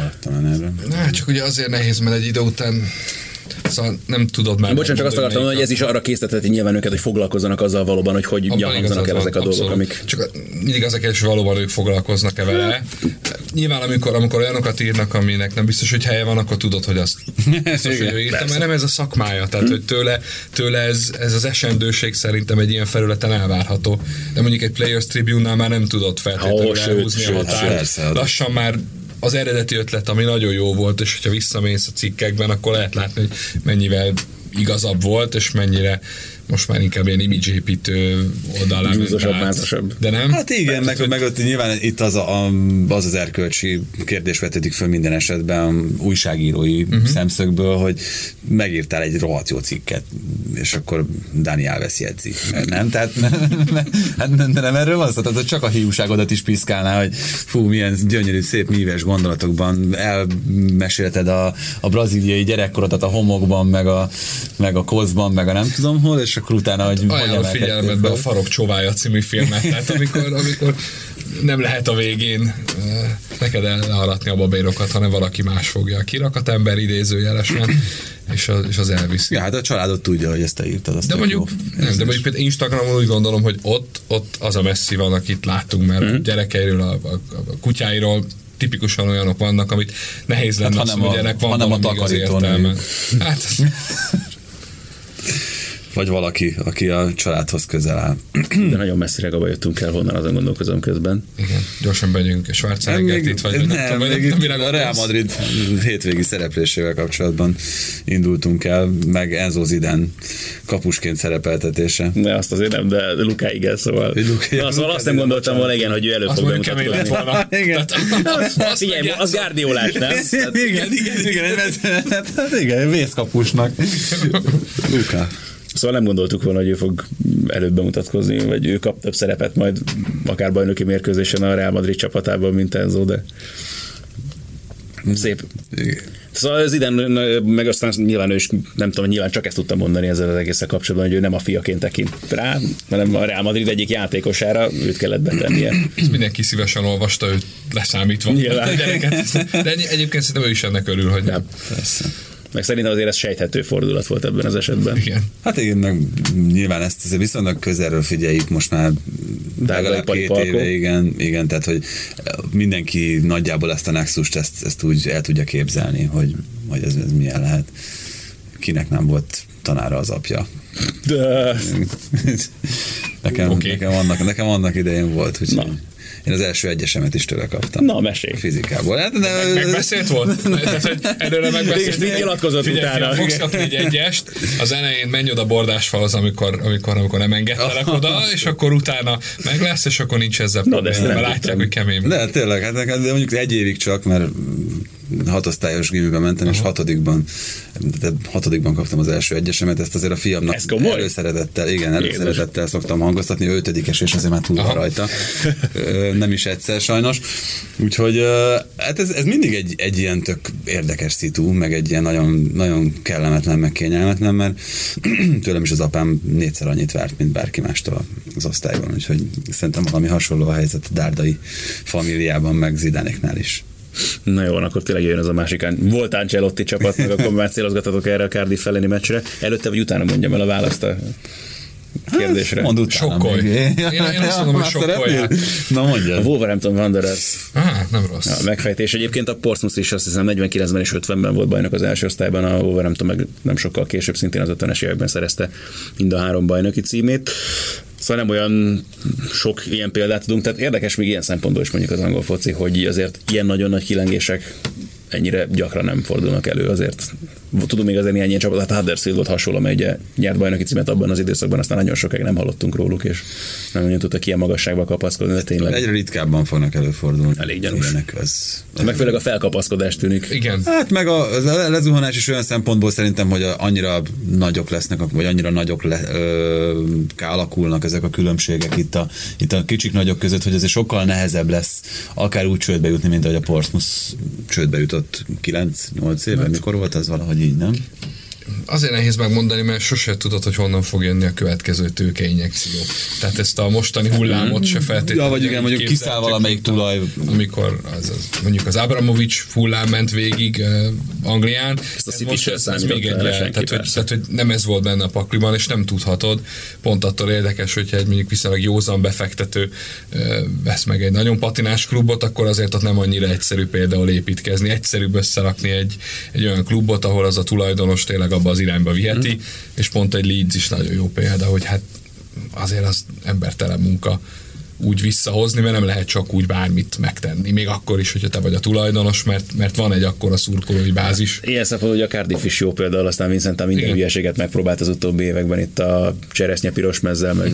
Csak ugye azért nehéz, mert egy idő után szóval nem tudod már. Bocsánat, csak azt akartam mondani, hogy ez is arra késztetheti nyilván őket, hogy foglalkozzanak azzal valóban, hogy hangzanak el ezek a dolgok, amik... Csak mindig az a kérdés, hogy valóban ők foglalkoznak-e vele. Nyilván amikor olyanokat írnak, aminek nem biztos, hogy helye van, akkor tudod, hogy azt biztos, hogy ő írta, mert nem ez a szakmája. Tehát, hogy tőle ez az esendőség szerintem egy ilyen felületen elvárható. De mondjuk egy Players Tribune-nál már nem tudod feltétlenül elhúzni a határt. Lassan már az eredeti ötlet, ami nagyon jó volt, és hogyha visszamész a cikkekben, akkor lehet látni, hogy mennyivel igazabb volt, és mennyire most már inkább ilyen image-építő oldalán. Gyúzosabb. De nem? Hát igen, meg ott nyilván itt az erkölcsi kérdés vetődik föl minden esetben újságírói szemszögből, hogy megírtál egy rohadt jó cikket, és akkor Dani Alves jegyzi. Nem? Tehát nem erről van szó, tehát csak a hiúságodat is piszkálná, hogy fú, milyen gyönyörű, szép, míves gondolatokban elmesélted a brazíliai gyerekkorodat a homokban, meg a kozban, meg a nem tudom hol, és akkor utána, hogy ajánlom figyelmetbe a Farok csóvája című filmet, tehát amikor nem lehet a végén neked elharatni a babérokat, hanem valaki más fogja. A kirakat-ember idézőjelesen, és az elviszi. Ja, hát a családot tudja, hogy ezt te írtad. De mondjuk például Instagramon úgy gondolom, hogy ott az a Messi van, akit láttunk, mert gyerekeiről, a kutyáiról tipikusan olyanok vannak, amit nehéz lenne azt mondani, ennek van valami az értelme. Hát, vagy valaki, aki a családhoz közel áll. De nagyon messzire Gaba jöttünk el, honnan azon gondolkozom közben. Igen, gyorsan begyünk, és Schwarzeneggert itt vagy. Nem, a Real Madrid hétvégi szereplésével kapcsolatban indultunk el, meg Enzo Zidane kapusként szerepeltetése. Ne, azt azért nem, de Luka igen, szóval. Szóval azt nem gondoltam volna, igen, hogy ő elő fog bemutatkozni. Figyelj, az Guardiolás, nem? Igen, vészkapusnak. Luka. Szóval nem gondoltuk volna, hogy ő fog előbb bemutatkozni, vagy ő kap több szerepet majd akár bajnoki mérkőzésen a Real Madrid csapatában, mint Enzo, de szép. Szóval az idén, meg aztán nyilván ő is, nem tudom, nyilván csak ezt tudtam mondani ezzel az egészen kapcsolatban, hogy ő nem a fiaként tekint rá, hanem a Real Madrid egyik játékosára őt kellett betennie. Ezt mindenki szívesen olvasta, őt leszámítva. Nyilván. De egyébként szerintem ő is ennek örül, hogy nem. Persze. Meg szerintem azért ez sejthető fordulat volt ebben az esetben. Igen. Hát igen, meg nyilván ezt viszonylag közelről figyeljük most már legalább 2 éve, igen, tehát hogy mindenki nagyjából ezt a nexust, ezt úgy el tudja képzelni, hogy ez milyen lehet. Kinek nem volt tanára az apja. De... nekem annak idején volt, úgyhogy... Én az első egyesemet is tőle kaptam. Na, mesélj. Fizikából. Hát, megbeszélt volt? Tehát, hogy előre megbeszélt. És mit nyilatkozott utána? Fogsz kapni egy egyest, az elején menj oda bordásfalhoz, amikor nem engedtelek oda, és akkor utána meg lesz, és akkor nincs ezzel probléma, mert látják, hogy kemény. De tényleg, hát de mondjuk 1 évig csak, mert 6 osztályos gimibe mentem, és 6-ban kaptam az első egyesemet, ezt azért a fiamnak előszeretettel szoktam hangoztatni, 5-es, és azért már túl van rajta. Nem is egyszer sajnos. Úgyhogy hát ez mindig egy ilyen tök érdekes szitu, meg egy ilyen nagyon, nagyon kellemetlen, meg kényelmetlen, mert tőlem is az apám 4-szer annyit várt, mint bárki mástól az osztályban, úgyhogy szerintem valami hasonló a helyzet a Dárdai famíliában, meg Zidánéknál is. Na jó, akkor tényleg jön az a másik. Volt Ancelotti csapat, meg akkor már célozgatatok erre a Cardiff elleni meccsre. Előtte vagy utána mondjam el a választ a kérdésre. Mondd utána. Sokkolj. Én azt mondom, hogy sokkolják. Na mondjad. A Wolverhampton Wanderers. Nem rossz. A megfejtés. Egyébként a Portsmouth is azt hiszem 49-ben és 50-ben volt bajnok az első osztályban, a Wolverhampton meg nem sokkal később, szintén az 50-es években szerezte mind a 3 bajnoki címét. Szóval nem olyan sok ilyen példát tudunk, tehát érdekes még ilyen szempontból is mondjuk az angol foci, hogy azért ilyen nagyon nagy kilengések ennyire gyakran nem fordulnak elő, azért tudom még azért néhány ilyen csapat, hát Huddersfield volt hasonló, amely ugye nyert bajnoki címet abban az időszakban, aztán nagyon sokáig nem hallottunk róluk, és nem nagyon tudtak ilyen magasságba kapaszkodni, de tényleg. Egyre ritkábban fognak előfordulni. Elég gyanús. Ez meg főleg a felkapaszkodás tűnik. Igen. Hát meg a lezuhanás is olyan szempontból szerintem, hogy annyira nagyok lesznek, vagy annyira nagyok alakulnak ezek a különbségek itt a kicsik nagyok között, hogy azért sokkal nehezebb lesz akár úgy csődbe jutni, mint ahogy a Portsmouth csődbe jutott 9-8 éve, mikor volt az valahogy így, nem? Azért nehéz megmondani, mert sose tudod, hogy honnan fog jönni a következő tőkeinjekció. Tehát ezt a mostani hullámot se feltétlenül. Ja, vagy igen, mondjuk kiszáll valamelyik tulaj. Amikor mondjuk az Abramovich hullám ment végig Anglián, ez még egy tehát, hogy nem ez volt benne a pakliban, és nem tudhatod. Pont attól érdekes, hogyha egy mondjuk viszonylag józan befektető vesz meg egy nagyon patinás klubot, akkor azért ott nem annyira egyszerű például építkezni. Egyszerűbb összerakni egy olyan klubot, ahol az a tulajdonos tényleg abba az irányba viheti, és pont egy Leeds is nagyon jó példa, hogy hát azért az embertelen munka úgy visszahozni, mert nem lehet csak úgy bármit megtenni. Még akkor is, hogyha te vagy a tulajdonos, mert van egy akkora szurkolói bázis. Ilyen szempontból, hogy a Cardiff is jó példa, aztán Vincent minden hülyeséget megpróbált az utóbbi években itt a cseresznye piros mezzel, meg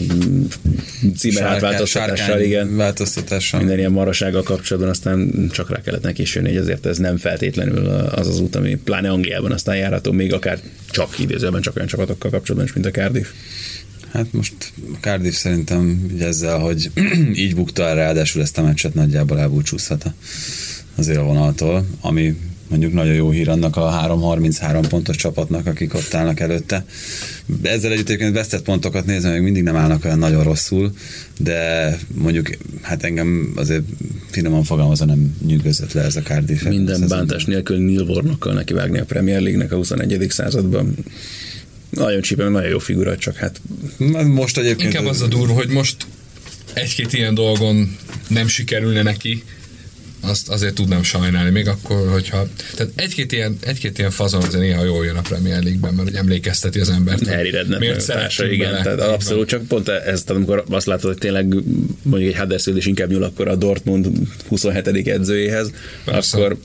címer átváltoztatással, igen. Változtatással. Minden ilyen marasággal kapcsolatban, aztán csak rá kellett neki is jönni, hogy ezért ez nem feltétlenül az az út, ami pláne Angliában aztán járható, még akár csak idézőben csak olyan csapatokkal kapcsolatban is, mint a Cardiff. Hát most Cardiff szerintem ezzel, hogy így bukta el, ráadásul ezt a meccset nagyjából elbúcsúzhat azért a vonaltól, ami mondjuk nagyon jó hír annak a 3-33 pontos csapatnak, akik ott állnak előtte. Ezzel együtt egyébként vesztett pontokat nézve, még mindig nem állnak olyan nagyon rosszul, de mondjuk hát engem azért finoman fogalmazva nem nyűgözött le ez a Cardiff. Minden bántás nélkül Neil Warnockkal nekivágni a Premier League-nek a 21. században. Nagyon csípem, nagyon jó figura, csak hát... Most egyébként... Inkább az a durva, hogy most egy-két ilyen dolgon nem sikerülne neki, azt azért tudnám sajnálni, még akkor, hogyha... Tehát egy-két ilyen fazon azért néha jól jön a Premier League-ben, mert hogy emlékezteti az embert. Harry Redknapp, miért szerettünk igen, bele. tehát abszolút, csak pont ez, amikor azt látod, hogy tényleg mondjuk egy Huddersfield is inkább nyúl akkor a Dortmund 27. edzőjéhez, persze. Akkor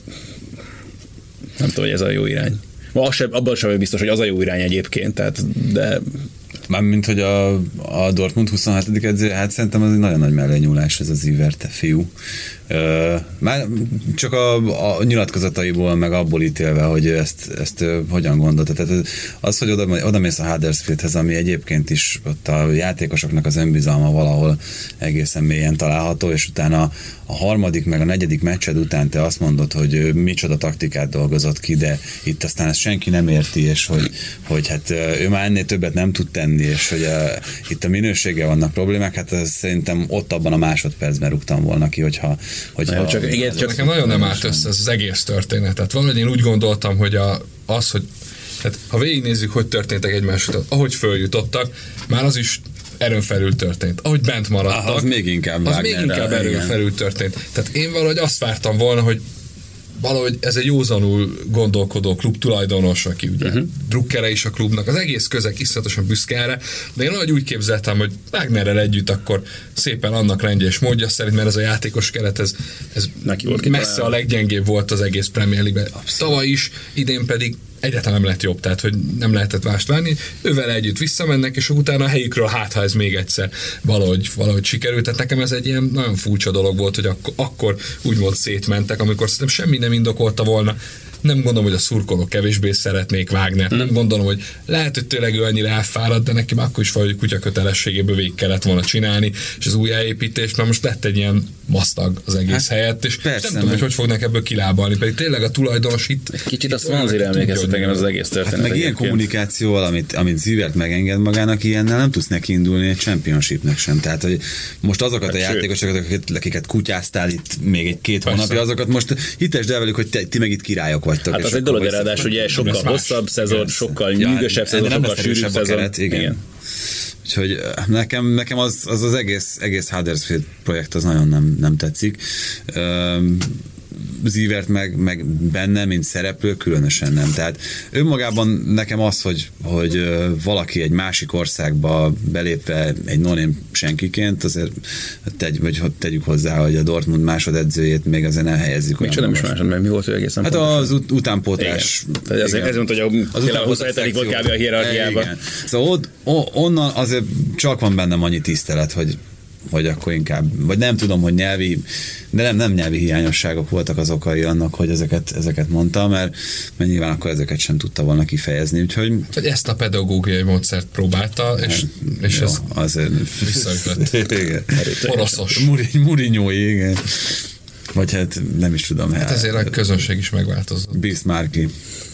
nem tudom, hogy ez a jó irány. Abban sem biztos, hogy az a jó irány egyébként, tehát, de... Mármint, hogy a Dortmund 27. edző, hát szerintem az egy nagyon nagy mellényúlás ez az Iverte fiú. Már csak a nyilatkozataiból, meg abból ítélve, hogy ezt hogyan gondolta. Tehát az, hogy oda mész a Huddersfieldhez, ami egyébként is ott a játékosoknak az önbizalma valahol egészen mélyen található, és utána a harmadik, meg a negyedik meccsed után te azt mondod, hogy micsoda taktikát dolgozott ki, de itt aztán ezt senki nem érti, és hogy hát ő már ennél többet nem tud tenni, és hogy itt a minőséggel vannak problémák, hát szerintem ott abban a másodpercben rúgtam volna ki, hogyha csak nekem nagyon nem állt össze ez az egész történet. Tehát valahogy én úgy gondoltam, hogy hogy tehát, ha végignézzük, hogy történtek egymás után, ahogy följutottak, már az is erőn felül történt. Ahogy bent maradtak, az még inkább erőn felül történt. Tehát én valahogy azt vártam volna, hogy valahogy ez egy józanul gondolkodó klubtulajdonos, aki ugye drukkere is a klubnak, az egész közeg iszonyatosan büszke erre, de én valahogy úgy képzeltem, hogy Wagnerrel együtt akkor szépen annak rendje és módja szerint, mert ez a játékos keret, ez messze a leggyengébb volt az egész Premier League-ben. Tavaly is, idén pedig egyáltalán nem lett jobb, tehát hogy nem lehetett mást várni. Ővel együtt visszamennek, és utána a helyükről ha ez még egyszer valahogy sikerült. Tehát nekem ez egy ilyen nagyon furcsa dolog volt, hogy akkor úgymond szétmentek, amikor szerintem semmi nem indokolta volna. Nem gondolom, hogy a szurkolók kevésbé szeretnék Wagner. Nem gondolom, hogy lehet, hogy tényleg ő annyira elfáradt, de nekem akkor is valahogy kutya kötelességéből végig kellett volna csinálni, és az új elépítés, mert most lett egy ilyen masztag az egész helyett, és persze, nem tudom, hogy fognak ebből kilábalni, pedig tényleg a tulajdonos itt... Kicsit azt Swansea-re emlékeztet engem az egész történet. Hát meg ilyen kommunikációval, amit Zivert megenged magának, ilyennel nem tudsz nekiindulni egy championshipnek sem. Tehát, hogy most azokat a játékosokat, akiket kutyáztál itt még egy-két hónapja, azokat most hitesd el velük, hogy ti meg itt királyok vagytok. Hát az egy dolog, ráadásul ugye sokkal hosszabb szezon, sokkal nyűgösebb szezon, sokkal sűrűbb szezon. Igen. Úgyhogy nekem az egész Huddersfield projekt az nagyon nem tetszik. Zivert meg benne, mint szereplő, különösen nem. Tehát önmagában nekem az, hogy valaki egy másik országba belépve egy no-name senkiként, azért tegyük hozzá, hogy a Dortmund másodedzőjét még azért nem helyezzük. Micsoda nem is másod, mert mi volt ő egészen hát pontosan? Az utánpótlás. Ez mondta, hogy a 27. volt kb. A hierarchiában. Szóval onnan azért csak van bennem annyi tisztelet, hogy akkor inkább, vagy nem tudom, hogy nyelvi, de nem nyelvi hiányosságok voltak az okai annak, hogy ezeket mondta, mert nyilván akkor ezeket sem tudta volna kifejezni, úgyhogy... Hogy ezt a pedagógiai módszert próbálta, és jó, ez azért visszaütött. Igen. Oroszos. Murinyói, igen. Vagy hát nem is tudom. Hát ezért a közönség is megváltozott. Bismarcki.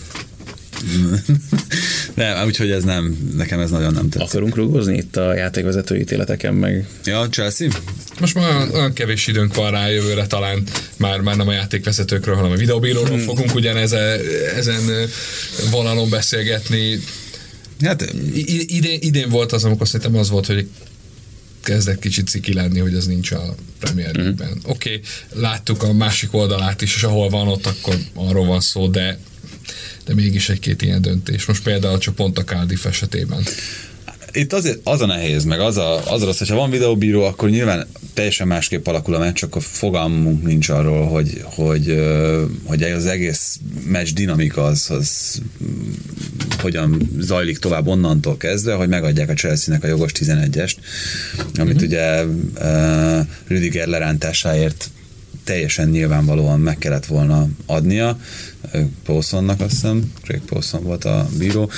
Nem, úgyhogy ez nekem ez nagyon nem tetszik. Akarunk rúgozni itt a játékvezető ítéleteken meg? Ja, Chelsea? Most már olyan kevés időnk van rá, jövőre talán már nem a játékvezetőkről, hanem a videóbíróról fogunk ezen vonalon beszélgetni. Hát, idén volt az, amikor szerintem az volt, hogy kezdett kicsit ciki lenni, hogy az nincs a Premier League-ben. Oké, láttuk a másik oldalát is, és ahol van ott, akkor arról van szó, de mégis egy-két ilyen döntés. Most például csak pont a Cardiff esetében. Itt azért az a nehéz, meg az rossz, hogyha van videóbíró, akkor nyilván teljesen másképp alakul a meccs, akkor fogalmunk nincs arról, hogy az egész meccs dinamika az hogyan zajlik tovább onnantól kezdve, hogy megadják a Chelsea-nek a jogos 11-est, amit ugye Rüdiger lerántásáért teljesen nyilvánvalóan meg kellett volna adnia, Paulsonnak, azt hiszem, Craig Paulson volt a bíró,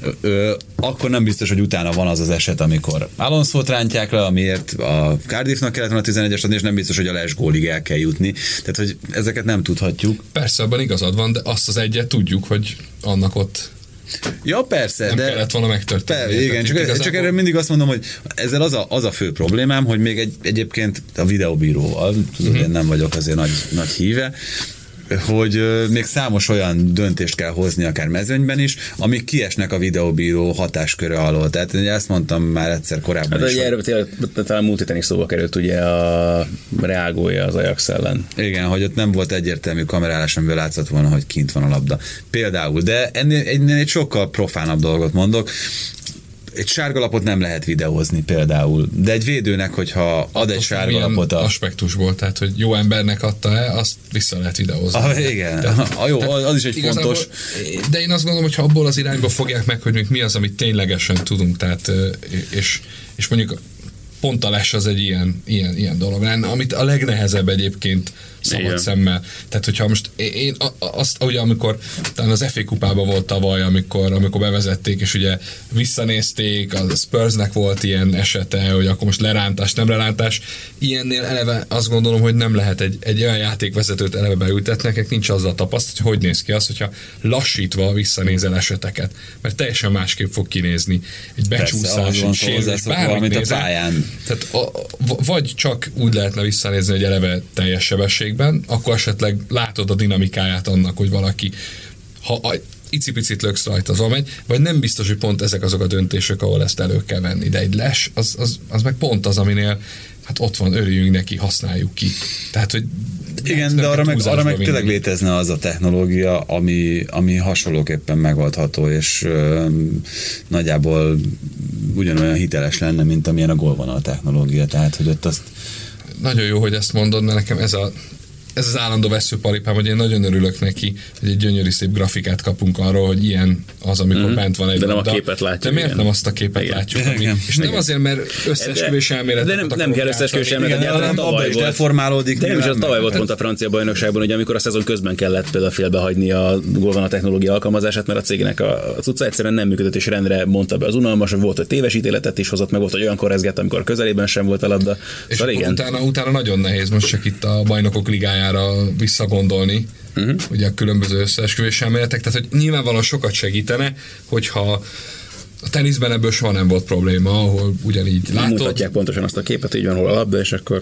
akkor nem biztos, hogy utána van az az eset, amikor Alonsót rántják le, amiért a Cardiffnak kellett volna 11-es adni, és nem biztos, hogy a Les gólig el kell jutni. Tehát, hogy ezeket nem tudhatjuk. Persze, abban igazad van, de azt az egyet tudjuk, hogy annak ott ja, persze, nem de kellett volna megtörténni. Igen, csak erre mindig azt mondom, hogy ezzel az a fő problémám, hogy még egyébként a videóbíróval, tudod, én nem vagyok azért nagy híve, hogy még számos olyan döntést kell hozni akár mezőnyben is, amik kiesnek a videóbíró hatásköre alól. Tehát én ezt mondtam már egyszer korábban hát, is. Erről talán múlt héten is szóba került ugye a reágója az Ajax ellen. Igen, hogy ott nem volt egyértelmű kamerálás, amiből látszott volna, hogy kint van a labda. Például, de ennél egy sokkal profánabb dolgot mondok. Egy sárgalapot nem lehet videózni például, de egy védőnek, hogyha ad egy sárgalapot aspektusból, tehát hogy jó embernek adta-e, azt vissza lehet videózni. Igen, jó, az is egy fontos. De én azt gondolom, hogy ha abból az irányból fogják meg, hogy mi az, amit ténylegesen tudunk, tehát és mondjuk pont a Les az egy ilyen dolog lenne, amit a legnehezebb egyébként szabad szemmel. Tehát, hogyha most én azt, ugye amikor talán az FA kupában volt tavaly, amikor bevezették, és ugye visszanézték, a Spursnek volt ilyen esete, hogy akkor most lerántás, nem lerántás. Ilyennél eleve azt gondolom, hogy nem lehet egy olyan játékvezetőt eleve beültetnek, nincs azzal tapasztalat, hogy néz ki az, hogyha lassítva visszanézel eseteket. Mert teljesen másképp fog kinézni. Egy becsúszás, egy sérülés, bármit nézel. Tehát vagy csak úgy lehetne visszanézni, hogy eleve teljes sebességben, akkor esetleg látod a dinamikáját annak, hogy valaki, ha icipicit löksz rajta, az megy, vagy nem biztos, hogy pont ezek azok a döntések, ahol ezt elő kell venni. De egy Les, az meg pont az, aminél hát ott van, örüljünk neki, használjuk ki. Tehát, hogy igen, de arra meg tényleg létezne az a technológia, ami hasonlóképpen megoldható, és nagyjából ugyanolyan hiteles lenne, mint amilyen a gólvonal technológia. Tehát, hogy ott azt... Nagyon jó, hogy ezt mondod, mert nekem ez az állandó veszőparipám, hogy én nagyon örülök neki, hogy egy gyönyörű szép grafikát kapunk arról, hogy ilyen az, amikor bent van egy de labda. nem a képet látjuk. De miért nem azt a képet látjuk? És nem azért, mert összeesküvés elmélet. De nem kell összeesküvés elmélet, egyáltalán tavaly volt. Deformálódik. De nem is az tavaly volt pont a francia bajnokságban, hogy amikor a szezon közben kellett például félbehagyni a gólvonal technológia alkalmazását, mert a cégnek a cucca egyszerűen nem működött, és rendre mondta be az unalmas, volt, hogy téves ítéletet is hozott, meg volt, hogy olyankor rezgett, amikor közelében sem volt a labda. És utána nagyon nehéz most csak itt a Bajnokok Ligájára visszagondolni, ugye a különböző összeesküvés elméletek, tehát hogy nyilvánvalóan sokat segítene, hogyha a teniszben ebből soha nem volt probléma, ahol ugyanígy látod. Mutatják pontosan azt a képet, így van hol a labda, és akkor...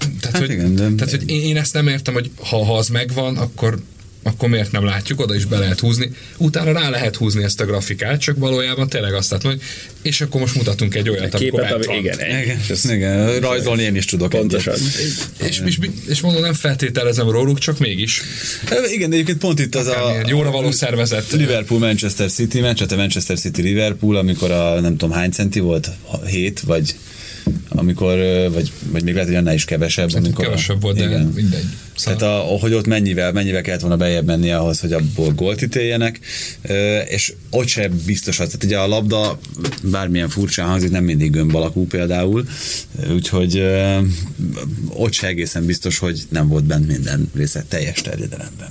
Tehát, hogy én ezt nem értem, hogy ha az megvan, akkor miért nem látjuk, oda is be lehet húzni. Utána rá lehet húzni ezt a grafikát, csak valójában tényleg azt látom, hogy és akkor most mutatunk egy olyat, amikor igen, rajzolni én is tudok. Pontosan. És mondom, nem feltételezem róluk, csak mégis. Igen, de egyébként pont itt az a jóra való szervezet. Liverpool-Manchester City, Manchester City-Liverpool, amikor a nem tudom hány centi volt, 7 vagy amikor, vagy még lehet, hogy annál is kevesebb. Amikor kevesebb volt, de mindegy. Tehát hogy ott mennyivel kellett volna bejjebb menni ahhoz, hogy abból gólt ítéljenek, és ott sem biztos az. Tehát ugye a labda bármilyen furcsán hangzik, nem mindig gömb alakú például, úgyhogy ott sem egészen biztos, hogy nem volt bent minden része teljes terjedelemben.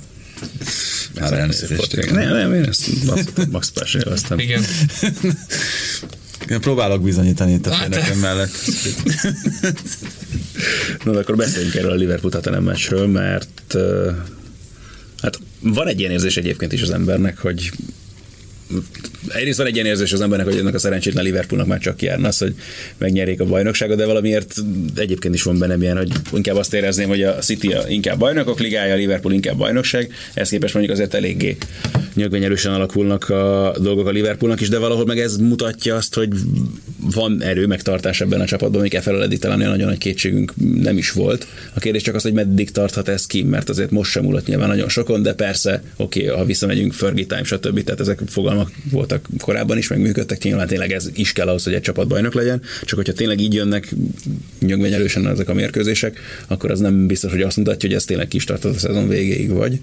Nem, én ezt max persze élveztem. Igen. Próbálok bizonyítani itt a félnekem mellett. No, de akkor beszéljünk erről a Liverpool-Tottenham meccsről, mert hát van egy ilyen érzés egyébként is az embernek, hogy egyrészt van egy ilyen érzés az embernek, hogy ennek a szerencsétlen Liverpoolnak már csak járna az, hogy megnyerjék a bajnokságot, de valamiért egyébként is van bennem ilyen, hogy inkább azt érezném, hogy a City inkább bajnokok ligája, a Liverpool inkább bajnokság, ehhez képest mondjuk azért eléggé nyögvenyelősen alakulnak a dolgok a Liverpoolnak is, de valahol meg ez mutatja azt, hogy van erő, megtartás ebben a csapatban, amik efelől eddig talán nagyon nagy kétségünk nem is volt. A kérdés csak az, hogy meddig tarthat ez ki, mert azért most sem múlott nyilván nagyon sokon, de persze, oké, ha visszamegyünk, Fergie time, stb. Tehát ezek fogalmak voltak korábban is, meg működtek, nyilván tényleg ez is kell ahhoz, hogy egy csapat bajnok legyen, csak hogyha tényleg így jönnek nyögvenyelősen ezek a mérkőzések, akkor az nem biztos, hogy azt mutatja, hogy ez tényleg kis tartott a szezon végéig, vagy.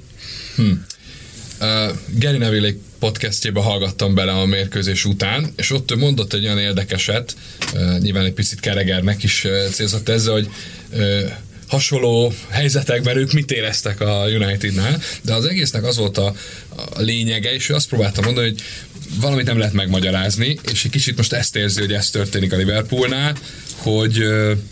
Gary Neville podcastjébe hallgattam bele a mérkőzés után, és ott ő mondott egy olyan érdekeset, nyilván egy picit Keregernek is célzott ezzel, hogy hasonló helyzetekben ők mit éreztek a Unitednál, de az egésznek az volt a lényege, és ő azt próbáltam mondani, hogy valamit nem lehet megmagyarázni, és egy kicsit most ezt érzi, hogy ez történik a Liverpoolnál, hogy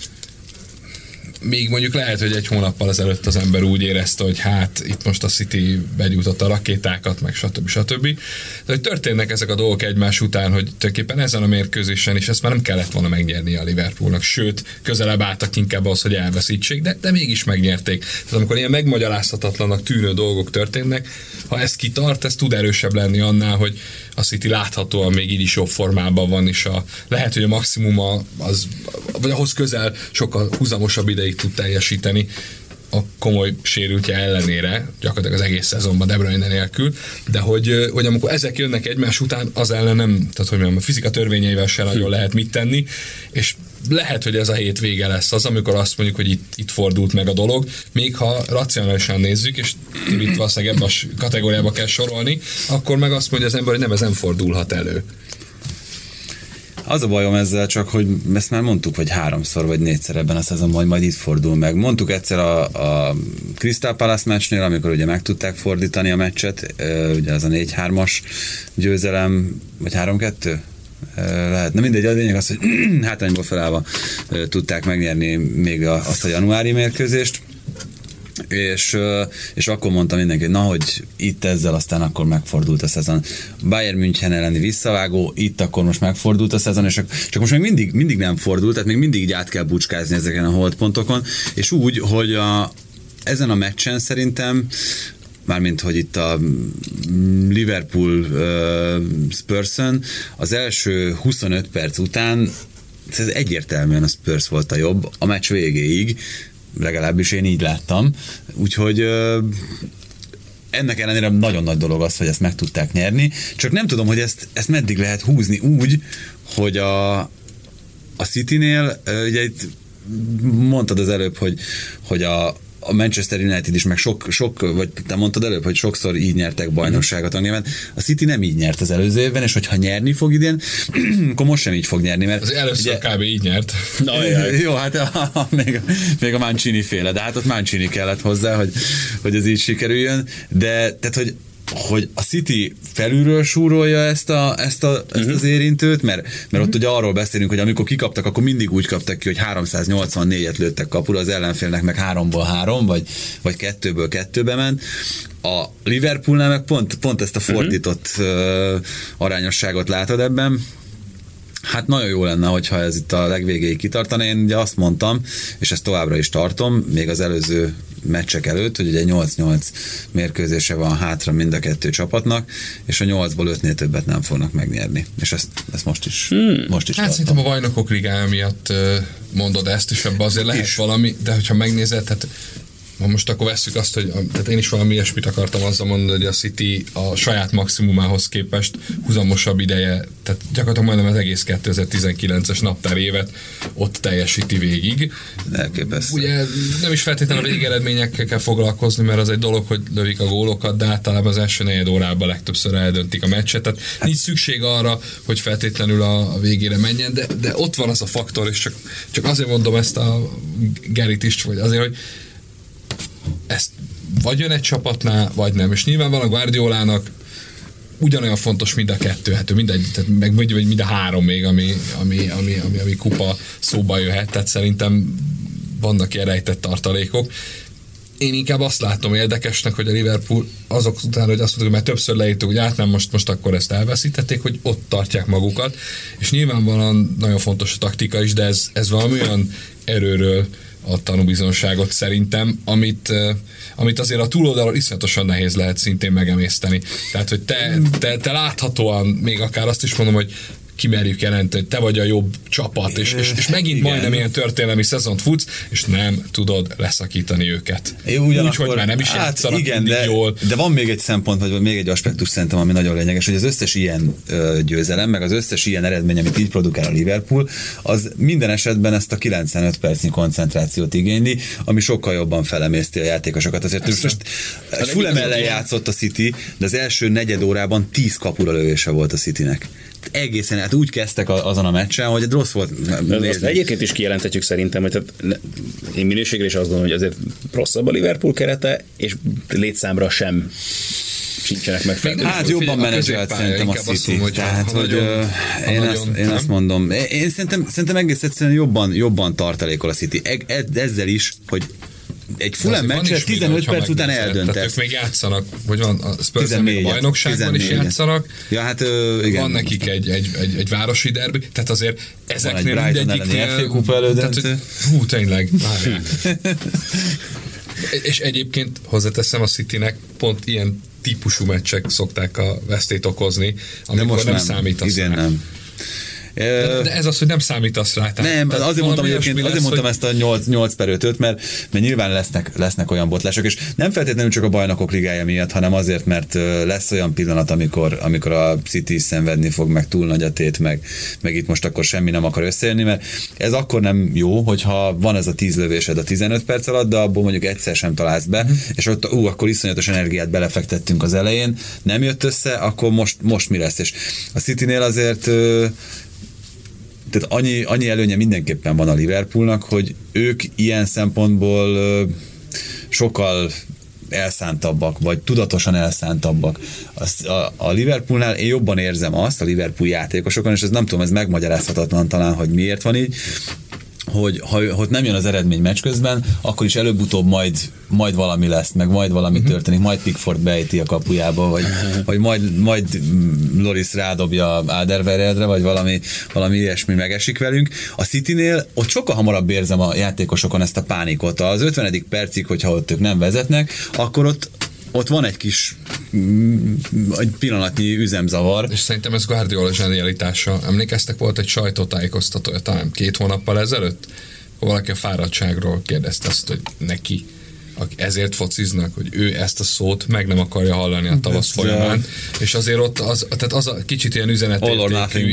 még mondjuk lehet, hogy egy hónappal ezelőtt az ember úgy érezte, hogy hát itt most a City begyújtotta a rakétákat, meg stb. De hogy történnek ezek a dolgok egymás után, hogy tulajdonképpen ezen a mérkőzésen is ezt már nem kellett volna megnyerni a Liverpoolnak, sőt, közelebb álltak inkább az, hogy elveszítsék, de mégis megnyerték. Tehát amikor ilyen megmagyarázhatatlanak tűnő dolgok történnek, ha ez kitart, ez tud erősebb lenni annál, hogy a City láthatóan még így is jobb formában van, és lehet, hogy a maximuma az, vagy ahhoz közel sokkal húzamosabb ideig tud teljesíteni a komoly sérültje ellenére, gyakorlatilag az egész szezonban De Bruyne nélkül, de hogy amikor ezek jönnek egymás után, az ellen nem, tehát hogy mondjam, a fizika törvényeivel sem nagyon lehet mit tenni, és lehet, hogy ez a hét vége lesz az, amikor azt mondjuk, hogy itt fordult meg a dolog, még ha racionálisan nézzük, és itt valószínűleg ebben a kategóriába kell sorolni, akkor meg azt mondja az ember, hogy nem, ez nem fordulhat elő. Az a bajom ezzel csak, hogy ezt már mondtuk, hogy 3-szor vagy 4-szer ebben a szezonban, majd itt fordul meg. Mondtuk egyszer a Crystal Palace meccsnél, amikor ugye meg tudták fordítani a meccset, ugye az a 4-3-as győzelem, vagy 3-2? Lehet. Na mindegy, a lényeg az, hogy hátrányból felállva tudták megnyerni még azt a januári mérkőzést, és akkor mondta mindenki, hogy na, hogy itt ezzel aztán akkor megfordult a szezon. Bayern München elleni visszavágó, itt akkor most megfordult a szezon, és csak most még mindig nem fordult, tehát még mindig így át kell bucskázni ezeken a holdpontokon, és úgy, hogy ezen a meccsen szerintem mármint, hogy itt a Liverpool Spurson az első 25 perc után ez egyértelműen a Spurs volt a jobb a meccs végéig, legalábbis én így láttam, úgyhogy ennek ellenére nagyon nagy dolog az, hogy ezt meg tudták nyerni, csak nem tudom, hogy ezt meddig lehet húzni úgy, hogy a Citynél, ugye itt mondtad az előbb, hogy a Manchester United is, meg sok, vagy te mondtad előbb, hogy sokszor így nyertek bajnokságot Angliában. A City nem így nyert az előző évben, és hogyha nyerni fog idén, akkor most sem így fog nyerni, mert... Az először ugye, kb. Így nyert. Jó, hát még a Mancini féle, de hát ott Mancini kellett hozzá, hogy ez így sikerüljön, de tehát, hogy a City felülről súrolja ezt az érintőt, mert ott ugye arról beszélünk, hogy amikor kikaptak, akkor mindig úgy kaptak ki, hogy 384-et lőttek kapura, az ellenfélnek meg 3-ból 3, vagy 2-ből 2-be ment. A Liverpoolnál meg pont ezt a fordított arányosságot látod ebben. Hát nagyon jó lenne, hogyha ez itt a legvégéig kitartana. Én ugye azt mondtam, és ezt továbbra is tartom, még az előző meccsek előtt, hogy ugye 8-8 mérkőzése van hátra mind a kettő csapatnak, és a 8-ból 5-nél többet nem fognak megnyerni. És ezt most is hát szerintem a Bajnokok Ligája miatt mondod ezt, és ebben azért lehet valami, de hogyha megnézed, hát most akkor vesszük azt, hogy tehát én is valami ilyesmit akartam azzal mondani, hogy a City a saját maximumához képest húzamosabb ideje, tehát gyakorlatilag majdnem az egész 2019-es naptár évet ott teljesíti végig. Elképesztő. Ugye nem is feltétlenül a végeredményekkel kell foglalkozni, mert az egy dolog, hogy lövik a gólokat, de általában az első negyed órában legtöbbször eldöntik a meccset, tehát nincs szükség arra, hogy feltétlenül a végére menjen, de ott van az a faktor, és csak azért mondom ezt a Gerit is, vagy azért, hogy ezt vagy jön egy csapatnál, vagy nem. És nyilván van a Guardiolának ugyanolyan fontos mind a kettő, hát mindegy, tehát meg mind a 3 még, ami kupa szóba jöhet, tehát szerintem vannak ilyen rejtett tartalékok. Én inkább azt látom érdekesnek, hogy a Liverpool azok után, hogy azt mondtuk, hogy már többször leírtuk, hogy nem most akkor ezt elveszítették, hogy ott tartják magukat, és nyilvánvalóan nagyon fontos a taktika is, de ez valami olyan erőről a tanúbizonságot szerintem, amit azért a túloldalon iszonyatosan nehéz lehet szintén megemészteni. Tehát, hogy te láthatóan, még akár azt is mondom, hogy kimerjük jelenteni, hogy te vagy a jobb csapat, és megint igen, majdnem ilyen történelmi szezont futsz, és nem tudod leszakítani őket. Úgy, hogy már nem is játszanak igen, jól. De van még egy szempont, vagy még egy aspektus szerintem, ami nagyon lényeges, hogy az összes ilyen győzelem, meg az összes ilyen eredmény, amit így produkál a Liverpool, az minden esetben ezt a 95 percnyi koncentrációt igényli, ami sokkal jobban felemészti a játékosokat. Azért most Fulham ellen játszott a City, de az első negyed órában 10 kapura lövése volt a Citynek. egészen, hát úgy kezdtek azon a meccsen, hogy rossz volt. Azt egyébként is kijelenthetjük szerintem, hogy én minőségre is azt gondolom, hogy azért rosszabb a Liverpool kerete, és létszámra sem sincsenek megfelelő. Hát jobban menedzselt szerintem a City. Tehát, hogy én azt mondom, én szerintem egész egyszerűen jobban tartalékol a City. Ezzel is, hogy egy Fulham meccset 15 perc után eldöntesz. Tehát ők még játszanak, vagy van a Spurs-en még a bajnokságban is játszanak. Ja, hát igen. Van nekik egy városi derbi, tehát azért ezeknél mindegyiknél... elődöntő. Hú, tényleg, várjál. És egyébként hozzáteszem, a Citynek pont ilyen típusú meccsek szokták a vesztét okozni, amikor nem számítasz rá. Nem. De ez az, hogy nem számítasz rá. Nem, azért mondtam ezt a 8/5-öt, mert nyilván lesznek olyan botlások, és nem feltétlenül csak a Bajnokok Ligája miatt, hanem azért, mert lesz olyan pillanat, amikor a City szenvedni fog, meg túl nagy a tét, meg itt most akkor semmi nem akar összejönni, mert ez akkor nem jó, hogyha van ez a 10 lövésed a 15 perc alatt, de abból mondjuk egyszer sem találsz be, és ott akkor iszonyatos energiát belefektettünk az elején, nem jött össze, akkor most mi lesz? És a Citynél azért tehát annyi előnye mindenképpen van a Liverpoolnak, hogy ők ilyen szempontból sokkal elszántabbak, vagy tudatosan elszántabbak. A Liverpoolnál én jobban érzem azt, a Liverpool játékosokon, és ez nem tudom, ez megmagyarázhatatlan talán, hogy miért van így, hogy ha nem jön az eredmény meccs közben, akkor is előbb-utóbb majd valami lesz, meg majd valami történik, majd Pickford beejti a kapujába, vagy majd Loris rádobja Alderweireldre, vagy valami ilyesmi megesik velünk. A Citynél ott sokkal hamarabb érzem a játékosokon ezt a pánikot. Az 50. percig, hogyha ott ők nem vezetnek, akkor ott van egy kis egy pillanatnyi üzemzavar. És szerintem ez Guardiola zsenialitása. Emlékeztek, volt egy sajtótájékoztatója talán 2 hónappal ezelőtt, akkor valaki a fáradtságról kérdezte azt, hogy neki ezért fociznak, hogy ő ezt a szót meg nem akarja hallani a tavasz folyamán, és azért ott az a kicsit ilyen üzenetértékű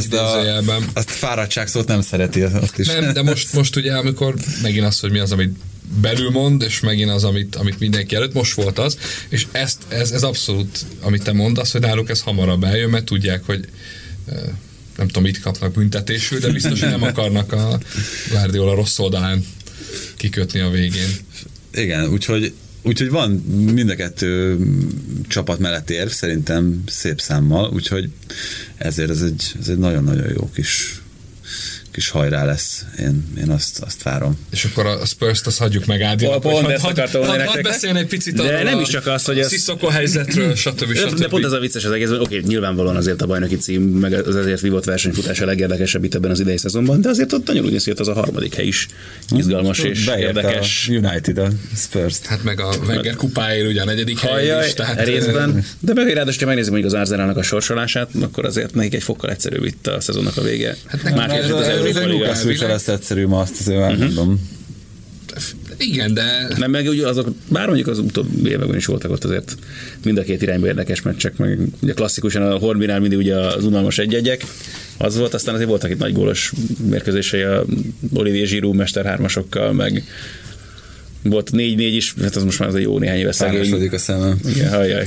ezt fáradtság szót nem szereti azt is. Nem, de most ugye, amikor megint az, hogy mi az, amit belül mond, és megint az, amit mindenki előtt, most volt az, és ez abszolút, amit te mondasz, hogy náluk ez hamarabb eljön, mert tudják, hogy nem tudom, mit kapnak büntetésül, de biztos, hogy nem akarnak a Guardiola rossz oldalán kikötni a végén. Igen, úgyhogy van mind a 2 csapat mellett érv, szerintem szép számmal, úgyhogy ezért ez egy nagyon-nagyon jó kis hajrá lesz. Én azt várom. És akkor a Spurs-t azt hagyjuk meg Ádinak, hadd beszéljen egy picit arról nem is csak az, hogy Sissoko helyzetről, stb. De pont ez a vicces az egész, hogy oké, nyilvánvalóan azért a bajnoki cím, meg az ezért vívott versenyfutás a legérdekesebb itt ebben az idei szezonban, de azért ott nagyon úgy néz ki, az a 3. hely is izgalmas és érdekes. A United, a Spurs. Hát meg a Wenger kupáért ugye a 4. hely is. Tehát részben. De meg ráadásul, ha megnézzük mondjuk az Arsenalnak a sorsolását, akkor azért nekik egy fokkal egyszerűbb itt a szezonnak a vége. Ez egy Newcastle se lesz egyszerű, ma azt azért elmondom. Igen, de... Nem, meg ugye azok, bár mondjuk az utóbbi években is voltak ott azért mind a 2 irányba érdekes meccsek, meg ugye klasszikusan a Hornbynál mindig ugye az unalmas 1-1-ek, az volt, aztán azért voltak itt nagy gólos mérkőzései a Olivier Giroud Mester 3-asokkal, meg volt 4-4 is, hát az most már az egy jó néhány éve szegény. Párosodik a szemem. Igen, hajjaj.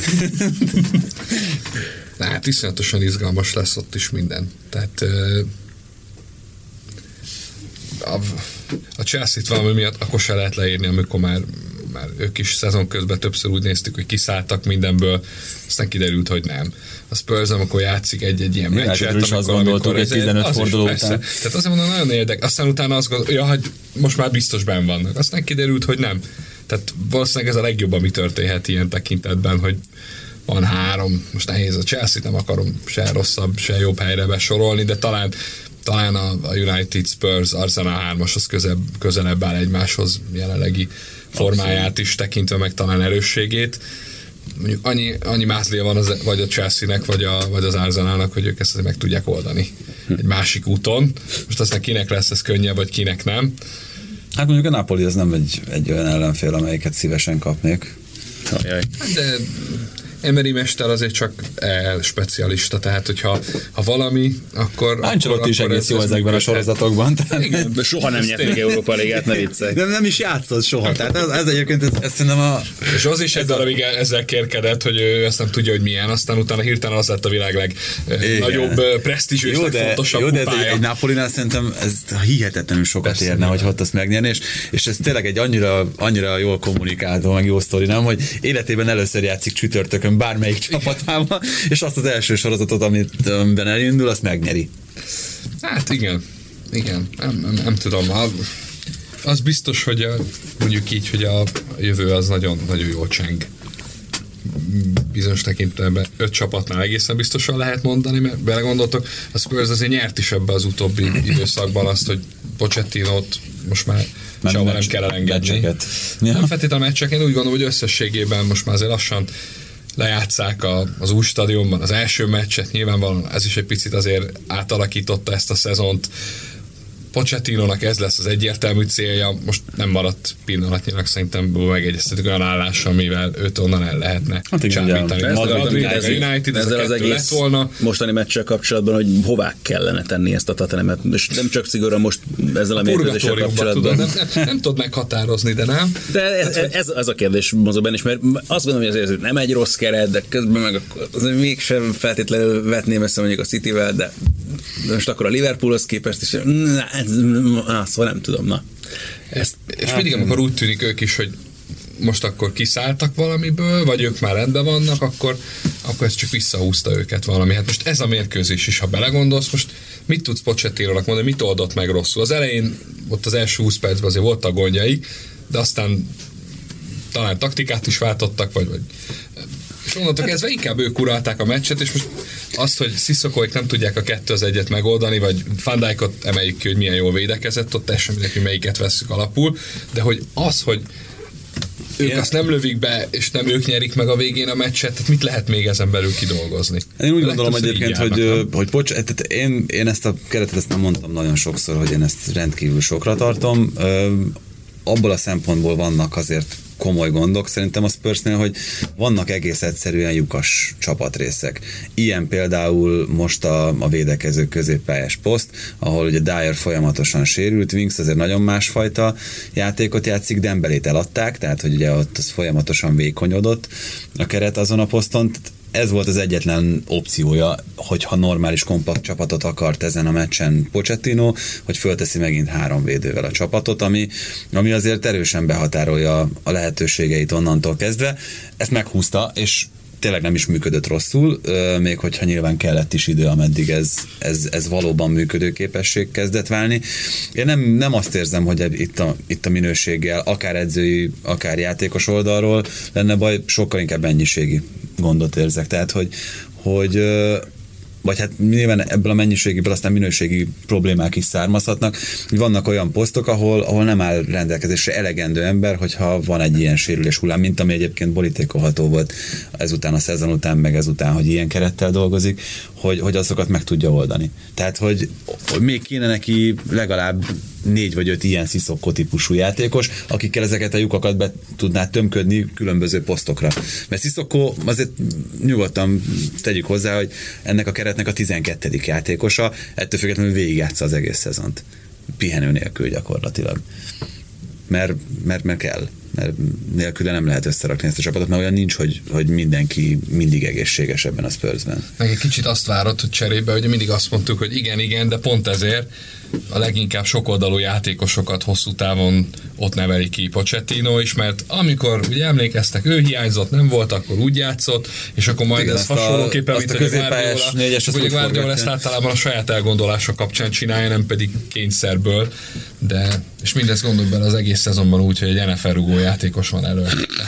Hát iszonyatosan izgalmas lesz ott is minden. Tehát a Chelsea-t valami miatt akkor se lehet leírni, amikor már ők is szezon közben többször úgy néztük, hogy kiszálltak mindenből, aztán kiderült, hogy nem. A Spurs, amikor játszik egy ilyen meccset, amikor azt gondoltuk, egy 15 forduló után. Tehát azért mondom, nagyon érdekes. Aztán utána azt gondolom, hogy most már biztos benn vannak. Aztán kiderült, hogy nem. Tehát valószínűleg ez a legjobb, ami történhet ilyen tekintetben, hogy van 3, most nehéz a Chelsea-t, nem akarom se rosszabb, se jobb helyre besorolni, de talán a United, Spurs, Arsenal 3-as az közelebb áll egymáshoz jelenlegi formáját is tekintve, meg talán erősségét. Mondjuk annyi mázlia van vagy a Chelsea-nek, vagy az Arsenalnak, hogy ők ezt meg tudják oldani egy másik úton. Most aztán kinek lesz ez könnyebb, vagy kinek nem. Hát mondjuk a Napoli az nem egy olyan ellenfél, amelyiket szívesen kapnék. De Emery mester azért csak specialista, tehát hogyha valami, akkor... Ancelotti is egész jó ezekben a sorozatokban. Igen, soha nem nyert még Európa Ligát, ne viccelj. Nem is játszott soha, tehát ez egyébként, ez szerintem a... És az is egy darabig ezzel kérkedett, hogy ő azt nem tudja, hogy milyen, aztán utána hirtelen az lett a világ legnagyobb presztízs és legfontosabb kupája. Jó, de ez egy Napolinál szerintem ez hihetetlenül sokat érne, hogy ott azt megnyerni, és ez tényleg egy annyira jól kommunikáló, meg jó sztori, nem, hogy életében először játszik csütörtökön bármelyik csapatában, és azt az első sorozatot, amiben elindul, azt megnyeri. Hát igen, nem tudom. Az biztos, hogy mondjuk így, hogy a jövő az nagyon, nagyon jól cseng. Bizonyos tekintetben 5 csapatnál egészen biztosan lehet mondani, mert belegondoltok, a Spurs azért nyert is ebbe az utóbbi időszakban azt, hogy Pochettinót most már sehova nem kell elengedni. Nem feltétlenül meccsek, én úgy gondolom, hogy összességében most már azért lassan lejátszák az új stadionban az első meccset, nyilvánvalóan ez is egy picit azért átalakította ezt a szezont. Pochettinónak ez lesz az egyértelmű célja, most nem maradt pillanatnyilag szerintem megegyeztetük olyan állással, amivel őt onnan el lehetne csábítani. United, ezzel az egész volna. Mostani meccsel kapcsolatban, hogy hová kellene tenni ezt a Tottenhamet, és nem csak szigorúan most ezzel a mérkőzéssel kapcsolatban. Nem tudod meghatározni, de nem. De ez a kérdés mozog benne is, mert azt gondolom, hogy ez nem egy rossz keret, de közben meg mégsem feltétlenül vetném össze mondjuk a Cityvel, de most akkor a Liverpoolhoz képest is, szóval nem tudom, És mindig, amikor úgy tűnik ők is, hogy most akkor kiszálltak valamiből, vagy ők már rendben vannak, akkor ez csak visszahúzta őket valami. Hát most ez a mérkőzés is, ha belegondolsz, most mit tudsz Pochettinónak mondani, mit oldott meg rosszul? Az elején, ott az első 20 percben azért voltak gondjai, de aztán talán taktikát is váltottak, vagy és onnantól kezdve inkább ők uralták a meccset, és most azt, hogy Sissokóik nem tudják a 2-1-et megoldani, vagy Van Dijkot emeljük ki, hogy milyen jól védekezett, ott teljesen mindegy, hogy melyiket vesszük alapul, de hogy ők azt nem lövik be, és nem ők nyerik meg a végén a meccset, tehát mit lehet még ezen belül kidolgozni? Én úgy gondolom egyébként, hogy én ezt a keretet ezt nem mondtam nagyon sokszor, hogy én ezt rendkívül sokra tartom. Abból a szempontból vannak azért komoly gondok szerintem a Spursnél, hogy vannak egész egyszerűen lyukas csapatrészek. Ilyen például most a védekező középpályás poszt, ahol ugye Dyer folyamatosan sérült, Winks azért nagyon másfajta játékot játszik, Dembélét eladták, tehát hogy ugye ott az folyamatosan vékonyodott a keret azon a poszton. Ez volt az egyetlen opciója, hogyha normális kompakt csapatot akart ezen a meccsen Pochettino, hogy fölteszi megint 3 védővel a csapatot, ami azért erősen behatárolja a lehetőségeit onnantól kezdve. Ezt meghúzta, és tényleg nem is működött rosszul, még hogyha nyilván kellett is idő, ameddig ez valóban működőképesség kezdett válni. Én nem azt érzem, hogy itt a minőséggel, akár edzői, akár játékos oldalról lenne baj, sokkal inkább mennyiségi gondot érzek. Tehát, hogy vagy hát nyilván ebből a mennyiségiből aztán minőségi problémák is származhatnak, hogy vannak olyan posztok, ahol nem áll rendelkezésre elegendő ember, hogyha van egy ilyen sérülés hullám, mint ami egyébként borítékolható volt ezután a szezon után, meg ezután, hogy ilyen kerettel dolgozik, hogy azokat meg tudja oldani. Tehát, hogy még kéne neki legalább 4 vagy 5 ilyen Sissoko típusú játékos, akikkel ezeket a lyukakat be tudná tömködni különböző posztokra. Mert Sissoko azért nyugodtan tegyük hozzá, hogy ennek a keretnek a 12. játékosa, ettől függetlenül végigjátsza az egész szezont. Pihenő nélkül gyakorlatilag. Mert kell. Mert nélküle nem lehet összerakni ezt a csapatot, mert olyan nincs, hogy mindenki mindig egészséges ebben a Spursben. Meg egy kicsit azt várod, hogy cserébe, hogy mindig azt mondtuk, hogy igen, de pont ezért a leginkább sokoldalú játékosokat hosszú távon ott neveli ki Pochettino is, mert amikor ugye emlékeztek, ő hiányzott, nem volt, akkor úgy játszott, és akkor majd igen, ez hasonlóképpen, mint hogy Guardiola ezt általában a saját elgondolása kapcsán csinálja, nem pedig kényszerből, de és mindezt gondolj bele az egész szezonban úgy, hogy egy NFL rugó játékos van elő.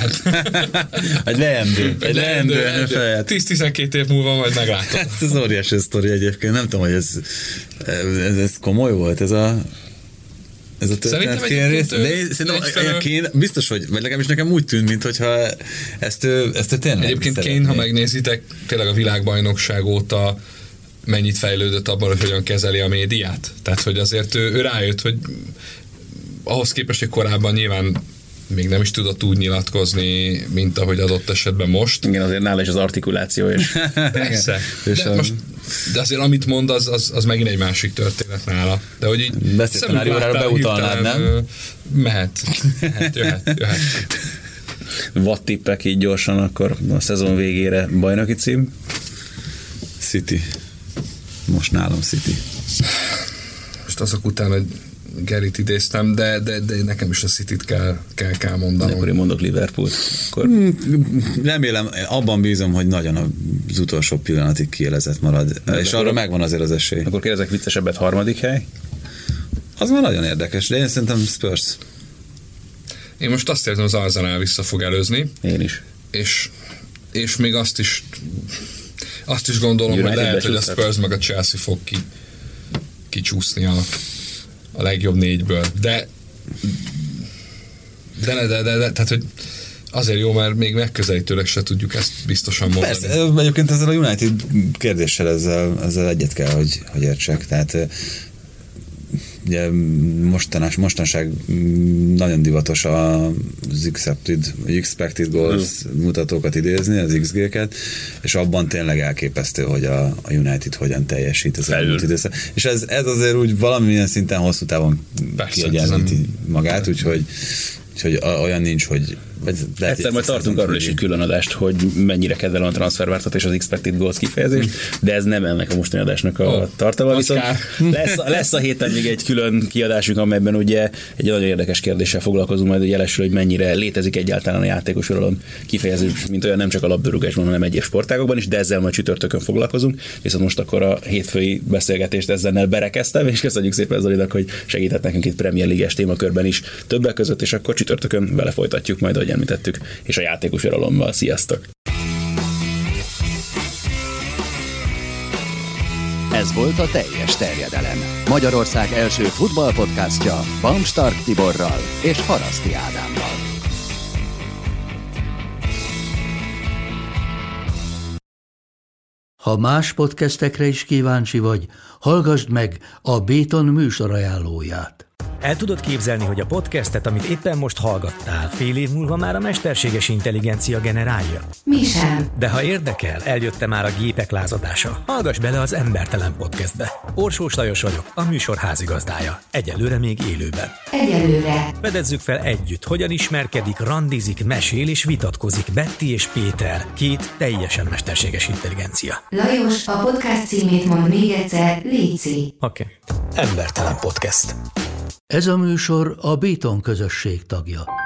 Egy leendő. 10-12 év múlva majd meglátod. Ez az óriási sztori egyébként, nem tudom, hogy ez komoly volt, ez a történet Kane rész. Szerintem Kane biztos, hogy, vagy legalábbis nekem úgy tűnt, mintha ezt ő tényleg egyébként Kane, ha megnézitek, tényleg a világbajnokság óta mennyit fejlődött abban, hogy hogyan kezeli a médiát. Tehát, hogy azért ő rájött, hogy ahhoz képest, hogy korábban nyilván még nem is tudott úgy nyilatkozni, mint ahogy adott esetben most. Igen, azért nála is az artikuláció is. Persze. De azért amit mond, az megint egy másik történet nála. De hogy így beszéltanárióra beutalnád, nem? Mehet. Jöhet. Watt-tippek így gyorsan, akkor a szezon végére bajnoki cím. City. Most nálam City. Most azok után, hogy Gerit idéztem, de nekem is a Cityt kell mondanom. Akkor én mondok Liverpoolt. Akkor... Remélem, abban bízom, hogy nagyon az utolsó pillanatig kiélezett marad. És arra megvan azért az esély. Akkor kérdezek viccesebbet, 3. hely? Az már nagyon érdekes, de én szerintem Spurs. Én most azt érzem, az Arsenal vissza fog előzni. Én is. És még azt is gondolom, hogy lehet, hogy a Spurs meg a Chelsea fog kicsúszni a legjobb 4-ből. De tehát, hogy azért jó, mert még megközelítőleg se tudjuk ezt biztosan mondani. Persze, egyébként ezzel a United kérdéssel ezzel egyet kell, hogy értsek. Tehát ugye mostanság nagyon divatos az expected goals mutatókat idézni, az XG-ket, és abban tényleg elképesztő, hogy a United hogyan teljesít az elmúlt időszak. És ez azért úgy valamilyen szinten hosszú távon kiegyenlíti magát, úgyhogy olyan nincs, hogy... Egyszer majd tartunk arról is egy külön adást, hogy mennyire kedvelem a transferváltat és az expected goals kifejezést, de ez nem ennek a mostani adásnak a tartalma. Viszont lesz a héten még egy külön kiadásunk, amelyben ugye egy nagyon érdekes kérdéssel foglalkozunk majd, hogy jelesül, hogy mennyire létezik egyáltalán a játékos uralom kifejezés, mint olyan nem csak a labdarúgásban, hanem egyéb sportágokban is, de ezzel majd csütörtökön foglalkozunk. Viszont most akkor a hétfői beszélgetést ezzel berekeztem, és köszönjük szépen Zolinak, hogy segített nekünk itt Premier League-es témakörben is többek között, és akkor csütörtökön vele folytatjuk majd, ahogy említettük, és a játékos uralommal. Sziasztok! Ez volt a Teljes terjedelem. Magyarország első futballpodcastja Bamstark Tiborral és Haraszti Ádámmal. Ha más podcastekre is kíváncsi vagy, hallgassd meg a Béton műsor ajánlóját. El tudod képzelni, hogy a podcastet, amit éppen most hallgattál, fél év múlva már a mesterséges intelligencia generálja? Mi sem. De ha érdekel, eljött már a gépek lázadása. Hallgass bele az Embertelen Podcastbe. Orsós Lajos vagyok, a műsor házigazdája. Egyelőre még élőben. Egyelőre. Fedezzük fel együtt, hogyan ismerkedik, randizik, mesél és vitatkozik Betty és Péter, 2 teljesen mesterséges intelligencia. Lajos, a podcast címét mond még egyszer, léci. Oké. Embertelen Podcast. Ez a műsor a Béton közösség tagja.